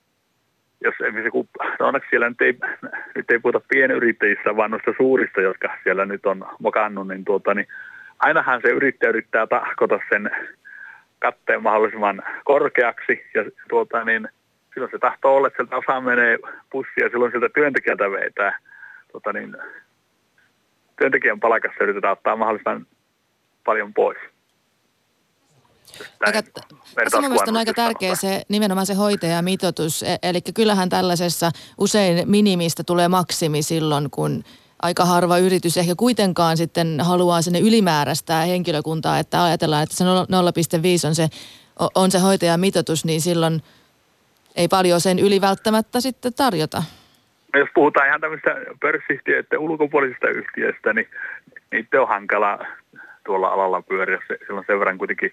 jos no onneksi siellä nyt ei, nyt ei puhuta pienyrittäjissä, vaan noista suurista, jotka siellä nyt on mokannut, niin, tuota, niin ainahan se yrittäjä yrittää tahkota sen katteen mahdollisimman korkeaksi ja tuota, niin silloin se tahtoo olla, että sieltä osa menee pussiin ja silloin sieltä työntekijältä vetää. Tuota, niin, työntekijän palkassa yritetään ottaa mahdollisimman paljon pois. Aika, tässä mun mielestä on aika tärkeä se, nimenomaan se hoitajamitoitus. Eli kyllähän tällaisessa usein minimistä tulee maksimi silloin, kun aika harva yritys ehkä kuitenkaan sitten haluaa sinne ylimääräistä henkilökuntaa, että ajatellaan, että se nolla pilkku viisi on se, on se hoitajamitoitus, niin silloin ei paljon sen yli välttämättä sitten tarjota. No jos puhutaan ihan tämmöistä pörssiyhtiöiden ulkopuolisista yhtiöistä, niin niitä on hankala tuolla alalla pyöriä. Silloin sen verran kuitenkin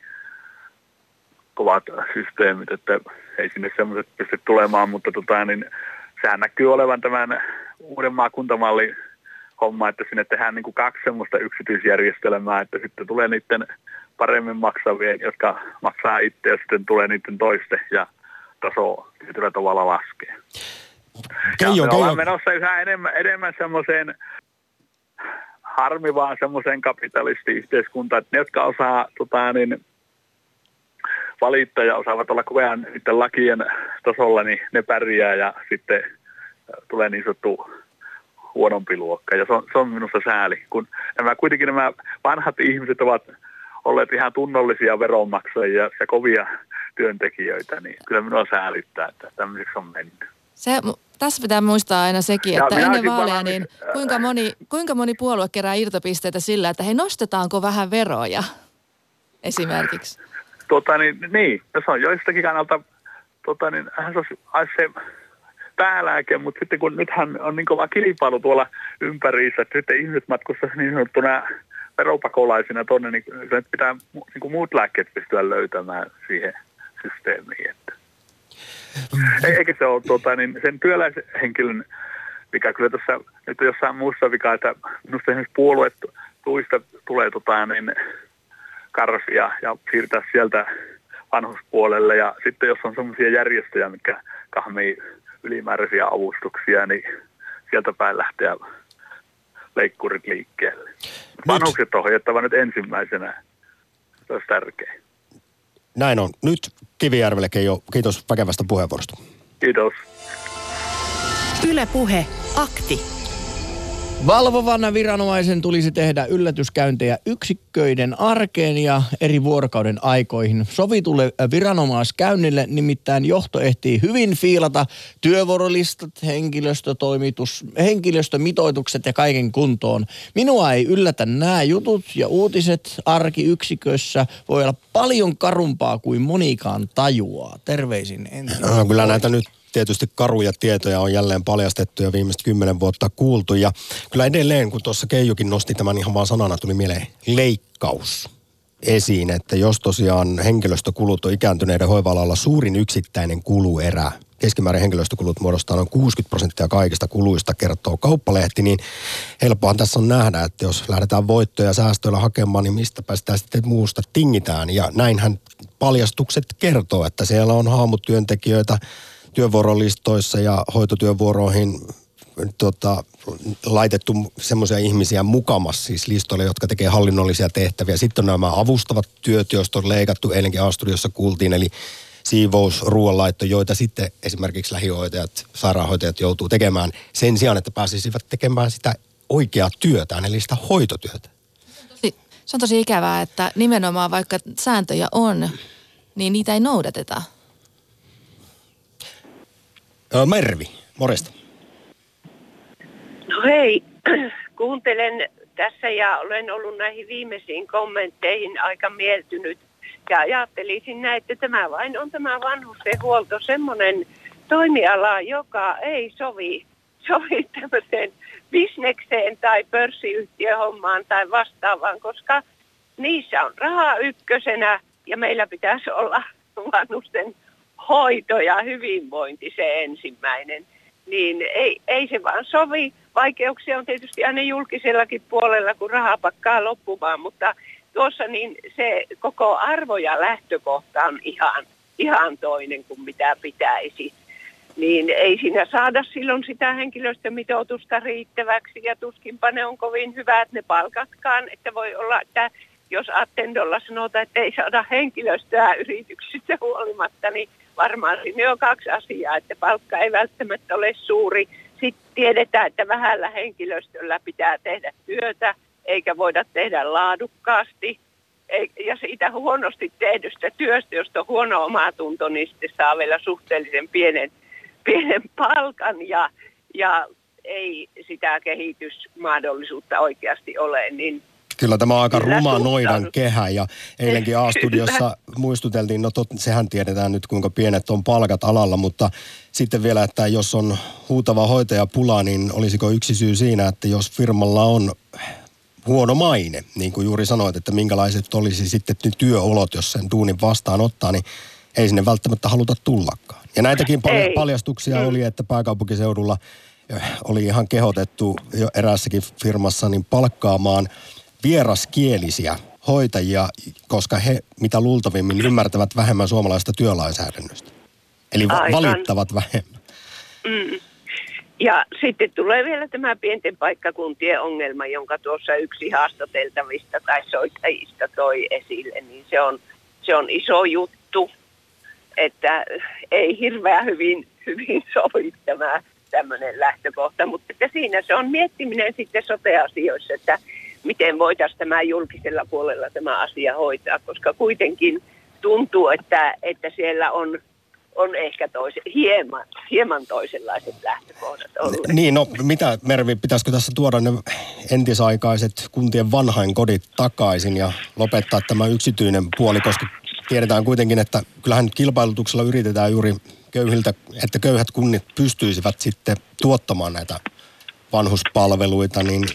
kovat systeemit, että ei sinne semmoiset pysty tulemaan, mutta tota, niin sehän näkyy olevan tämän uuden maakuntamallin homma, että sinne tehdään niin kuin kaksi semmoista yksityisjärjestelmää, että sitten tulee niiden paremmin maksavien, jotka maksaa itse ja sitten tulee niiden toisten ja taso tietyllä tavalla laskee. Keijo, ja me ollaan Keijo. menossa yhä enemmän, enemmän semmoiseen harmivaan semmoiseen kapitalistiyhteiskuntaan, että ne, jotka osaa tota, niin, valittaa ja osaavat olla koko ajan niiden lakien tasolla, niin ne pärjää ja sitten tulee niin sanottu huonompi luokka. Ja se on, se on minusta sääli, kun nämä, kuitenkin nämä vanhat ihmiset ovat olleet ihan tunnollisia veronmaksajia ja kovia työntekijöitä, niin kyllä minua säälittää, että tämmöiseksi on mennyt. Se, tässä pitää muistaa aina sekin, Ja että ennen minäkin vaaleja, palaan- niin kuinka moni, kuinka moni puolue kerää irtopisteitä sillä, että hei, nostetaanko vähän veroja esimerkiksi? Tota, niin, niin, no se on joistakin kannalta, tota, niin, se olisi se päälääke, mutta sitten kun nythän on niin kova kilpailu tuolla ympäriinsä, että sitten ihmiset matkustaisivat niin sanottuna veropakolaisina tuonne, niin se pitää niin kuin muut lääkkeet pystyä löytämään siihen systeemiin. Että. Eikä se ole tuota, niin sen työläishenkilön vika, kyllä tuossa nyt on jossain muussa vika, että minusta esimerkiksi puolueet tuista tulee tota, niin, karsia ja siirtää sieltä vanhuspuolelle. Ja sitten jos on sellaisia järjestöjä, mitkä kahmii ylimääräisiä avustuksia, niin sieltä päin lähteä leikkurit liikkeelle. Vanhukset on hoidettava nyt ensimmäisenä. Se olisi tärkeä. Näin on. Nyt Kivijärvelle Keijo. Kiitos väkevästä puheenvuorosta. Kiitos. Yle Puhe. Akti. Valvovan viranomaisen tulisi tehdä yllätyskäyntejä yksikköiden arkeen ja eri vuorokauden aikoihin. Sovitulle viranomaiskäynnille nimittäin johto ehtii hyvin fiilata työvuorolistat, henkilöstötoimitus, henkilöstömitoitukset ja kaiken kuntoon. Minua ei yllätä nämä jutut ja uutiset arkiyksikössä voi olla paljon karumpaa kuin monikaan tajuaa. Terveisin Ensi. No, kyllä näitä nyt tietysti karuja tietoja on jälleen paljastettu ja viimeiset kymmenen vuotta kuultu. Ja kyllä edelleen, kun tuossa Keijukin nosti tämän ihan vaan sanana, tuli mieleen leikkaus esiin, että jos tosiaan henkilöstökulut on ikääntyneiden hoiva-alalla suurin yksittäinen kuluerä, keskimäärin henkilöstökulut muodostaa noin kuusikymmentä prosenttia kaikista kuluista, kertoo Kauppalehti, niin helppohan tässä on nähdä, että jos lähdetään voittoja säästöillä hakemaan, niin mistäpä sitä sitten muusta tingitään. Ja näinhän paljastukset kertoo, että siellä on haamutyöntekijöitä työvuorolistoissa ja hoitotyövuoroihin tota, laitettu semmoisia ihmisiä mukamas siis listoille, jotka tekee hallinnollisia tehtäviä. Sitten on nämä avustavat työt, joista on leikattu, eilenkin A-studiossa kuultiin, eli siivous, ruoanlaitto, joita sitten esimerkiksi lähihoitajat, sairaanhoitajat joutuu tekemään sen sijaan, että pääsisivät tekemään sitä oikeaa työtään, eli sitä hoitotyötä. Se on tosi ikävää, että nimenomaan vaikka sääntöjä on, niin niitä ei noudateta. Mervi, morjesta. No hei, kuuntelen tässä ja olen ollut näihin viimeisiin kommentteihin aika mieltynyt. Ja ajattelisin näin, että tämä vain on tämä vanhustenhuolto semmoinen toimiala, joka ei sovi, sovi tämmöiseen bisnekseen tai pörssiyhtiöhommaan tai vastaavaan, koska niissä on raha ykkösenä ja meillä pitäisi olla vanhusten hoito ja hyvinvointi se ensimmäinen, niin ei, ei se vaan sovi. Vaikeuksia on tietysti aina julkisellakin puolella, kun rahaa pakkaa loppumaan, mutta tuossa niin se koko arvo ja lähtökohta on ihan, ihan toinen kuin mitä pitäisi. Niin ei siinä saada silloin sitä henkilöstömitoitusta riittäväksi ja tuskinpa ne on kovin hyvät ne palkatkaan, että voi olla, että jos Attendolla sanotaan, että ei saada henkilöstöä yrityksistä huolimatta, niin varmaan siinä on kaksi asiaa, että palkka ei välttämättä ole suuri. Sitten tiedetään, että vähällä henkilöstöllä pitää tehdä työtä, eikä voida tehdä laadukkaasti. Ja siitä huonosti tehdystä työstä, josta on huono omatunto, niin sitten saa vielä suhteellisen pienen, pienen palkan ja, ja ei sitä kehitysmahdollisuutta oikeasti ole, niin kyllä tämä on aika ruma noidan kehä ja eilenkin A-studiossa muistuteltiin, no tot, sehän tiedetään nyt kuinka pienet on palkat alalla, mutta sitten vielä, että jos on huutava hoitajapula, niin olisiko yksi syy siinä, että jos firmalla on huono maine, niin kuin juuri sanoit, että minkälaiset olisi sitten ne työolot, jos sen duunin vastaanottaa, niin ei sinne välttämättä haluta tullakaan. Ja näitäkin pal- paljastuksia oli, että pääkaupunkiseudulla oli ihan kehotettu jo eräässäkin firmassa niin palkkaamaan vieraskielisiä hoitajia, koska he mitä luultavimmin ymmärtävät vähemmän suomalaista työlainsäädännöstä. Eli va- valittavat vähemmän. Mm. Ja sitten tulee vielä tämä pienten paikkakuntien ongelma, jonka tuossa yksi haastateltavista tai soittajista toi esille, niin se on, se on iso juttu, että ei hirveän hyvin, hyvin sovi tämä tämmöinen lähtökohta, mutta että siinä se on miettiminen sitten sote-asioissa, että miten voitaisiin tämä julkisella puolella tämä asia hoitaa, koska kuitenkin tuntuu, että, että siellä on, on ehkä toise, hieman, hieman toisenlaiset lähtökohdat olleet. Niin, no mitä Mervi, pitäisikö tässä tuoda ne entisaikaiset kuntien vanhainkodit takaisin ja lopettaa tämä yksityinen puoli, koska tiedetään kuitenkin, että kyllähän nyt kilpailutuksella yritetään juuri köyhiltä, että köyhät kunnit pystyisivät sitten tuottamaan näitä vanhuspalveluita, niin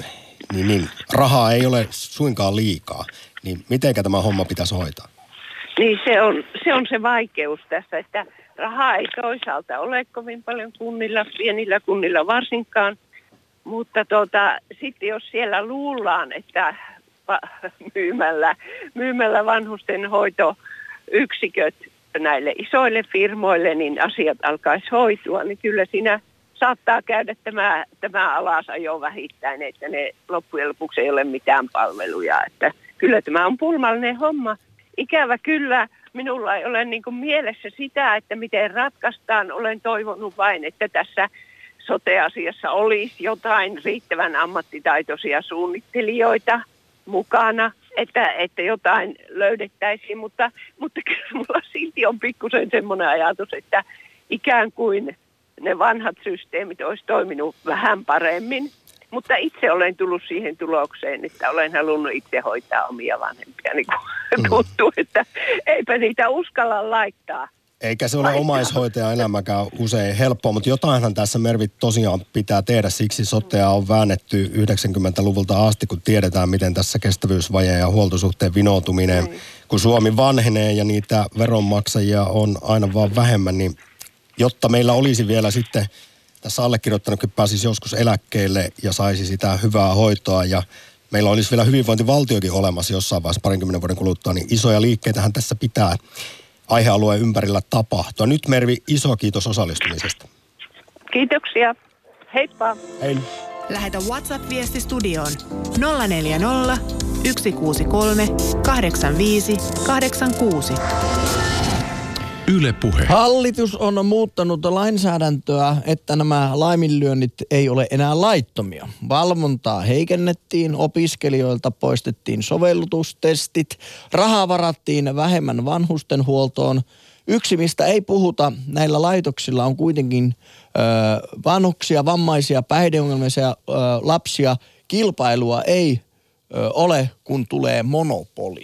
niin, niin rahaa ei ole suinkaan liikaa. Niin mitenkä tämä homma pitäisi hoitaa? Niin se on, se on se vaikeus tässä, että rahaa ei toisaalta ole kovin paljon kunnilla, pienillä kunnilla varsinkaan. Mutta tuota, sitten jos siellä luullaan, että myymällä, myymällä vanhustenhoitoyksiköt näille isoille firmoille, niin asiat alkaisi hoitua, niin kyllä siinä saattaa käydä tämä, tämä alasajo vähittäin, että ne loppujen lopuksi ei ole mitään palveluja. Että kyllä tämä on pulmallinen homma. Ikävä kyllä, minulla ei ole niin kuin mielessä sitä, että miten ratkaistaan. Olen toivonut vain, että tässä sote-asiassa olisi jotain riittävän ammattitaitoisia suunnittelijoita mukana, että, että jotain löydettäisiin, mutta, mutta kyllä mulla silti on pikkusen semmoinen ajatus, että ikään kuin ne vanhat systeemit olisi toiminut vähän paremmin, mutta itse olen tullut siihen tulokseen, että olen halunnut itse hoitaa omia vanhempia, niin kuin tuntuu, että eipä niitä uskalla laittaa. Eikä se ole omaishoitajan elämäkään usein helppoa, mutta jotainhan tässä Mervi tosiaan pitää tehdä. Siksi sotea on väännetty yhdeksänkymmentäluvulta asti, kun tiedetään, miten tässä kestävyysvaje ja huoltosuhteen vinoutuminen, mm. kun Suomi vanhenee ja niitä veronmaksajia on aina vaan vähemmän, niin jotta meillä olisi vielä sitten, tässä allekirjoittanutkin pääsisi joskus eläkkeelle ja saisi sitä hyvää hoitoa ja meillä olisi vielä hyvinvointivaltiokin olemassa jossain vaiheessa parinkymmenen vuoden kuluttua, niin isoja liikkeitähän tässä pitää aihealueen ympärillä tapahtua. Nyt Mervi, iso kiitos osallistumisesta. Kiitoksia. Heippa. Hei. Lähetä WhatsApp-viesti studioon nolla neljä nolla, yksi kuusi kolme, kahdeksan viisi, kahdeksan kuusi. Yle Puhe. Hallitus on muuttanut lainsäädäntöä, että nämä laiminlyönnit ei ole enää laittomia. Valvontaa heikennettiin, opiskelijoilta poistettiin sovellutustestit, rahaa varattiin vähemmän vanhustenhuoltoon. Yksi, mistä ei puhuta, näillä laitoksilla on kuitenkin ö, vanhuksia, vammaisia, päihdeongelmaisia ö, lapsia. Kilpailua ei ö, ole, kun tulee monopoli.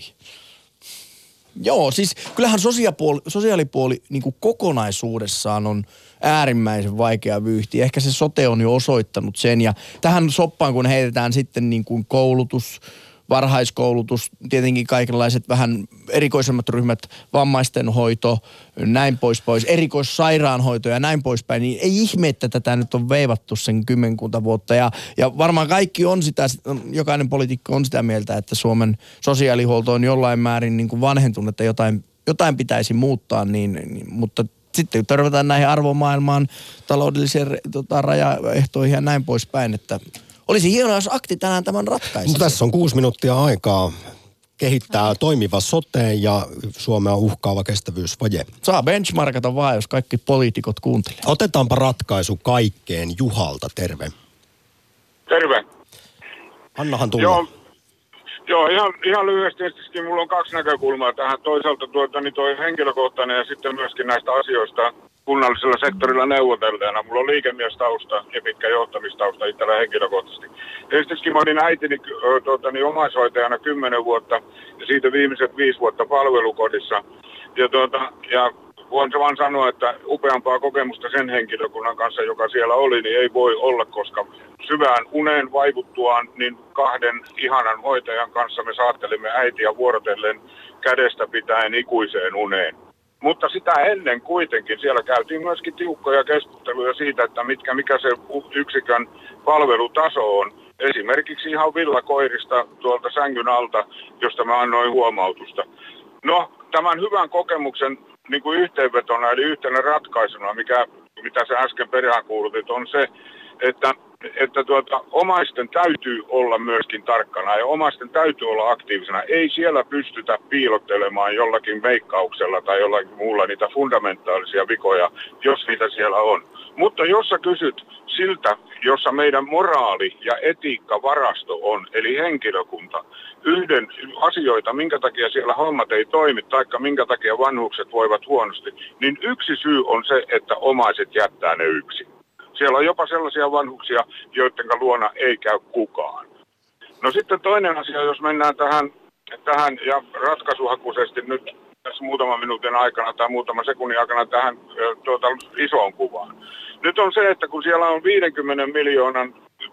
Joo, siis kyllähän sosiaalipuoli, sosiaalipuoli niin kuin kokonaisuudessaan on äärimmäisen vaikea vyyhti. Ehkä se sote on jo osoittanut sen ja tähän soppaan kun heitetään sitten niin kuin koulutus, varhaiskoulutus, tietenkin kaikenlaiset vähän erikoisemmat ryhmät, vammaisten hoito, näin pois pois, erikoissairaanhoito ja näin poispäin, niin ei ihme, että tätä nyt on veivattu sen kymmenkunta vuotta. Ja, ja varmaan kaikki on sitä, jokainen poliitikko on sitä mieltä, että Suomen sosiaalihuolto on jollain määrin niin kuin vanhentunut, että jotain, jotain pitäisi muuttaa, niin, niin, mutta sitten kun törmätään näihin arvomaailmaan, taloudellisiin tota, rajaehtoihin ja näin poispäin, että olisi hienoa, jos akti tänään tämän ratkaisi. No, tässä on kuusi minuuttia aikaa kehittää toimiva sote ja Suomea uhkaava kestävyysvaje. Saa benchmarkata vaan, jos kaikki poliitikot kuuntelee. Otetaanpa ratkaisu kaikkeen Juhalta. Terve. Terve. Annahan tulla. Joo, joo ihan, ihan lyhyesti tietysti mulla on kaksi näkökulmaa tähän. Toisaalta tuota, niin toi henkilökohtainen ja sitten myöskin näistä asioista kunnallisella sektorilla neuvotelleena. Mulla on liikemiestausta ja pitkä johtamistausta itsellä henkilökohtaisesti. Tietysti mä olin äitini tuota, niin omaishoitajana kymmenen vuotta ja siitä viimeiset viisi vuotta palvelukodissa. Ja, tuota, ja voin vaan sanoa, että upeampaa kokemusta sen henkilökunnan kanssa, joka siellä oli, niin ei voi olla, koska syvään uneen vaikuttuaan, niin kahden ihanan hoitajan kanssa me saattelimme äitiä vuorotellen kädestä pitäen ikuiseen uneen. Mutta sitä ennen kuitenkin siellä käytiin myöskin tiukkoja keskusteluja siitä, että mitkä, mikä se yksikön palvelutaso on. Esimerkiksi ihan villakoirista tuolta sängyn alta, josta mä annoin huomautusta. No, tämän hyvän kokemuksen niin kuin yhteenvetona eli yhtenä ratkaisuna, mikä, mitä sä äsken peräänkuulutit, on se, että, että tuota, omaisten täytyy olla myöskin tarkkana ja omaisten täytyy olla aktiivisena. Ei siellä pystytä piilottelemaan jollakin veikkauksella tai jollakin muulla niitä fundamentaalisia vikoja, jos niitä siellä on. Mutta jos sä kysyt siltä, jossa meidän moraali- ja etiikkavarasto on, eli henkilökunta, yhden asioita, minkä takia siellä hommat ei toimi, taikka minkä takia vanhukset voivat huonosti, niin yksi syy on se, että omaiset jättää ne yksin. Siellä on jopa sellaisia vanhuksia, joiden luona ei käy kukaan. No sitten toinen asia, jos mennään tähän, tähän ja ratkaisuhakuisesti nyt tässä muutaman minuutin aikana tai muutaman sekunnin aikana tähän tuota, isoon kuvaan. Nyt on se, että kun siellä on viidenkymmenen miljoonan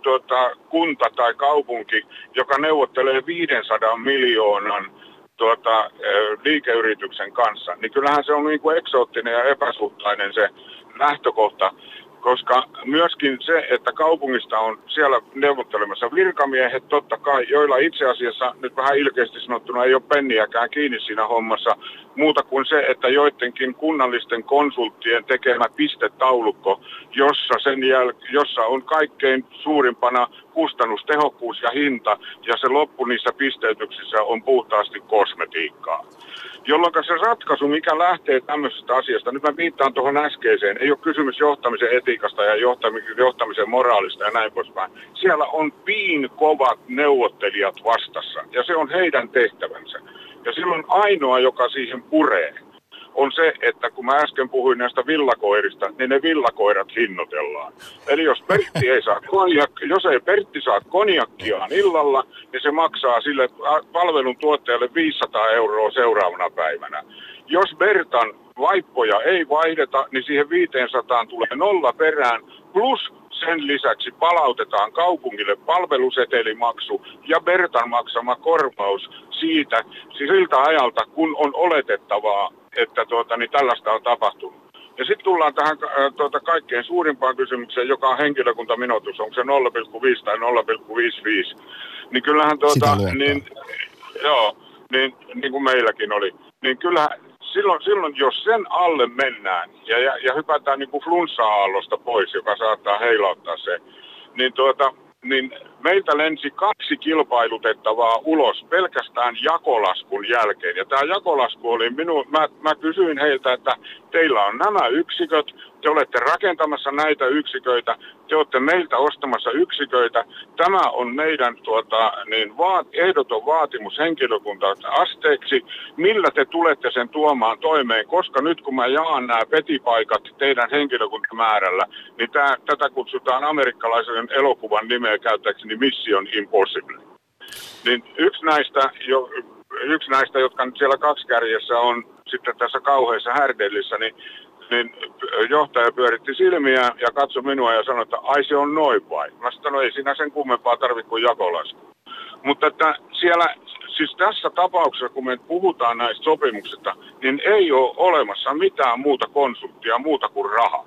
tuota, kunta tai kaupunki, joka neuvottelee viisisataa miljoonan tuota, liikeyrityksen kanssa, niin kyllähän se on niin kuin eksoottinen ja epäsuhtainen se lähtökohta, koska myöskin se, että kaupungista on siellä neuvottelemassa virkamiehet, totta kai, joilla itse asiassa nyt vähän ilkeästi sanottuna ei ole penniäkään kiinni siinä hommassa, muuta kuin se, että joidenkin kunnallisten konsulttien tekemä pistetaulukko, jossa, sen jäl- jossa on kaikkein suurimpana kustannustehokkuus ja hinta, ja se loppu niissä pisteytyksissä on puhtaasti kosmetiikkaa. Jolloin se ratkaisu, mikä lähtee tämmöisestä asiasta, nyt mä viittaan tuohon äskeiseen, ei ole kysymys johtamisen etiikasta ja johtamisen moraalista ja näin poispäin. Siellä on piin kovat neuvottelijat vastassa, ja se on heidän tehtävänsä. Ja silloin ainoa, joka siihen puree, on se, että kun mä äsken puhuin näistä villakoirista, niin ne villakoirat hinnoitellaan. Eli jos Pertti ei saa konjak- jos ei Pertti saa konjakkiaan illalla, niin se maksaa sille palvelun tuottajalle viisisataa euroa seuraavana päivänä. Jos Bertan vaippoja ei vaihdeta, niin siihen viisisataa tulee nolla perään, plus sen lisäksi palautetaan kaupungille palvelusetelimaksu ja Bertan maksama korvaus siitä siltä ajalta, kun on oletettavaa, että tuota, niin tällaista on tapahtunut. Ja sitten tullaan tähän äh, tuota, kaikkein suurimpaan kysymykseen, joka on henkilökuntaminoitus, onko se nolla pilkku viisi tai nolla pilkku viisikymmentäviisi. Niin kyllähän tuota, niin, joo, niin, niin kuin meilläkin oli, niin kyllähän silloin, silloin jos sen alle mennään ja, ja, ja hypätään niin kuin flunssa-aallosta pois, joka saattaa heilauttaa se, niin tuota, niin meiltä lensi kaksi kilpailutettavaa ulos pelkästään jakolaskun jälkeen. Ja tämä jakolasku oli minun, mä, mä kysyin heiltä, että teillä on nämä yksiköt, te olette rakentamassa näitä yksiköitä, te olette meiltä ostamassa yksiköitä. Tämä on meidän tuota, niin vaat, ehdoton vaatimus henkilökunta-asteeksi, millä te tulette sen tuomaan toimeen, koska nyt kun mä jaan nämä petipaikat teidän henkilökuntamäärällä, niin tää, tätä kutsutaan amerikkalaisen elokuvan nimeä käyttääkseni Mission Impossible. Niin yksi näistä, jo, yksi näistä, jotka nyt siellä kaksikärjessä on sitten tässä kauheassa härdellissä, niin niin johtaja pyöritti silmiä ja katsoi minua ja sanoi, että ai se on noin vai. Mä sanoin, ei siinä sen kummempaa tarvitse kuin jakolasku. Mutta että siellä, siis tässä tapauksessa, kun me puhutaan näistä sopimuksista, niin ei ole olemassa mitään muuta konsulttia, muuta kuin raha.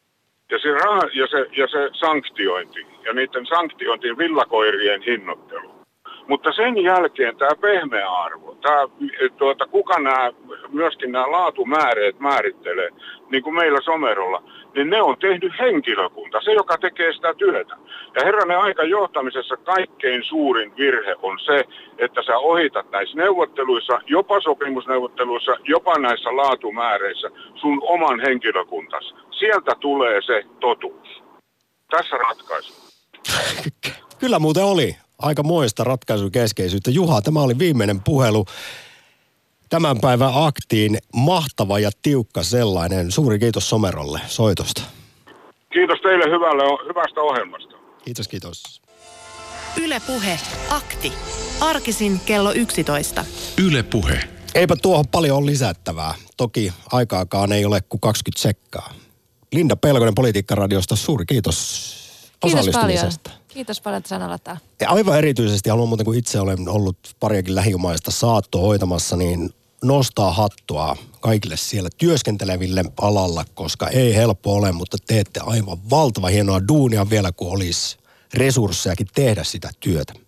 Ja se, raha, ja se, ja se sanktiointi, ja niiden sanktiointien villakoirien hinnoittelu. Mutta sen jälkeen tämä pehmeä arvo, tämä, tuota, kuka nämä, myöskin nämä laatumääreet määrittelee, niin kuin meillä Somerolla, niin ne on tehnyt henkilökunta, se joka tekee sitä työtä. Ja herranen aika johtamisessa kaikkein suurin virhe on se, että sä ohitat näissä neuvotteluissa, jopa sopimusneuvotteluissa, jopa näissä laatumääreissä sun oman henkilökuntas. Sieltä tulee se totuus. Tässä ratkaisu. Kyllä muuten oli. Aika moista ratkaisukeskeisyyttä. Juha, tämä oli viimeinen puhelu tämän päivän aktiin. Mahtava ja tiukka sellainen. Suuri kiitos Somerolle soitosta. Kiitos teille hyvälle, hyvästä ohjelmasta. Kiitos, kiitos. Yle Puhe. Akti. Arkisin kello yksitoista. Yle Puhe. Eipä tuohon paljon ole lisättävää. Toki aikaakaan ei ole kuin kaksikymmentä sekkaa. Linda Pelkonen Politiikkaradiosta, suuri kiitos. Kiitos paljon. Kiitos paljon, että sain olla täällä. Ja aivan erityisesti haluan muuten, kun itse olen ollut pariakin lähiomaista saattoa hoitamassa, niin nostaa hattua kaikille siellä työskenteleville alalla, koska ei helppo ole, mutta teette aivan valtava hienoa duunia vielä, kun olisi resurssejakin tehdä sitä työtä.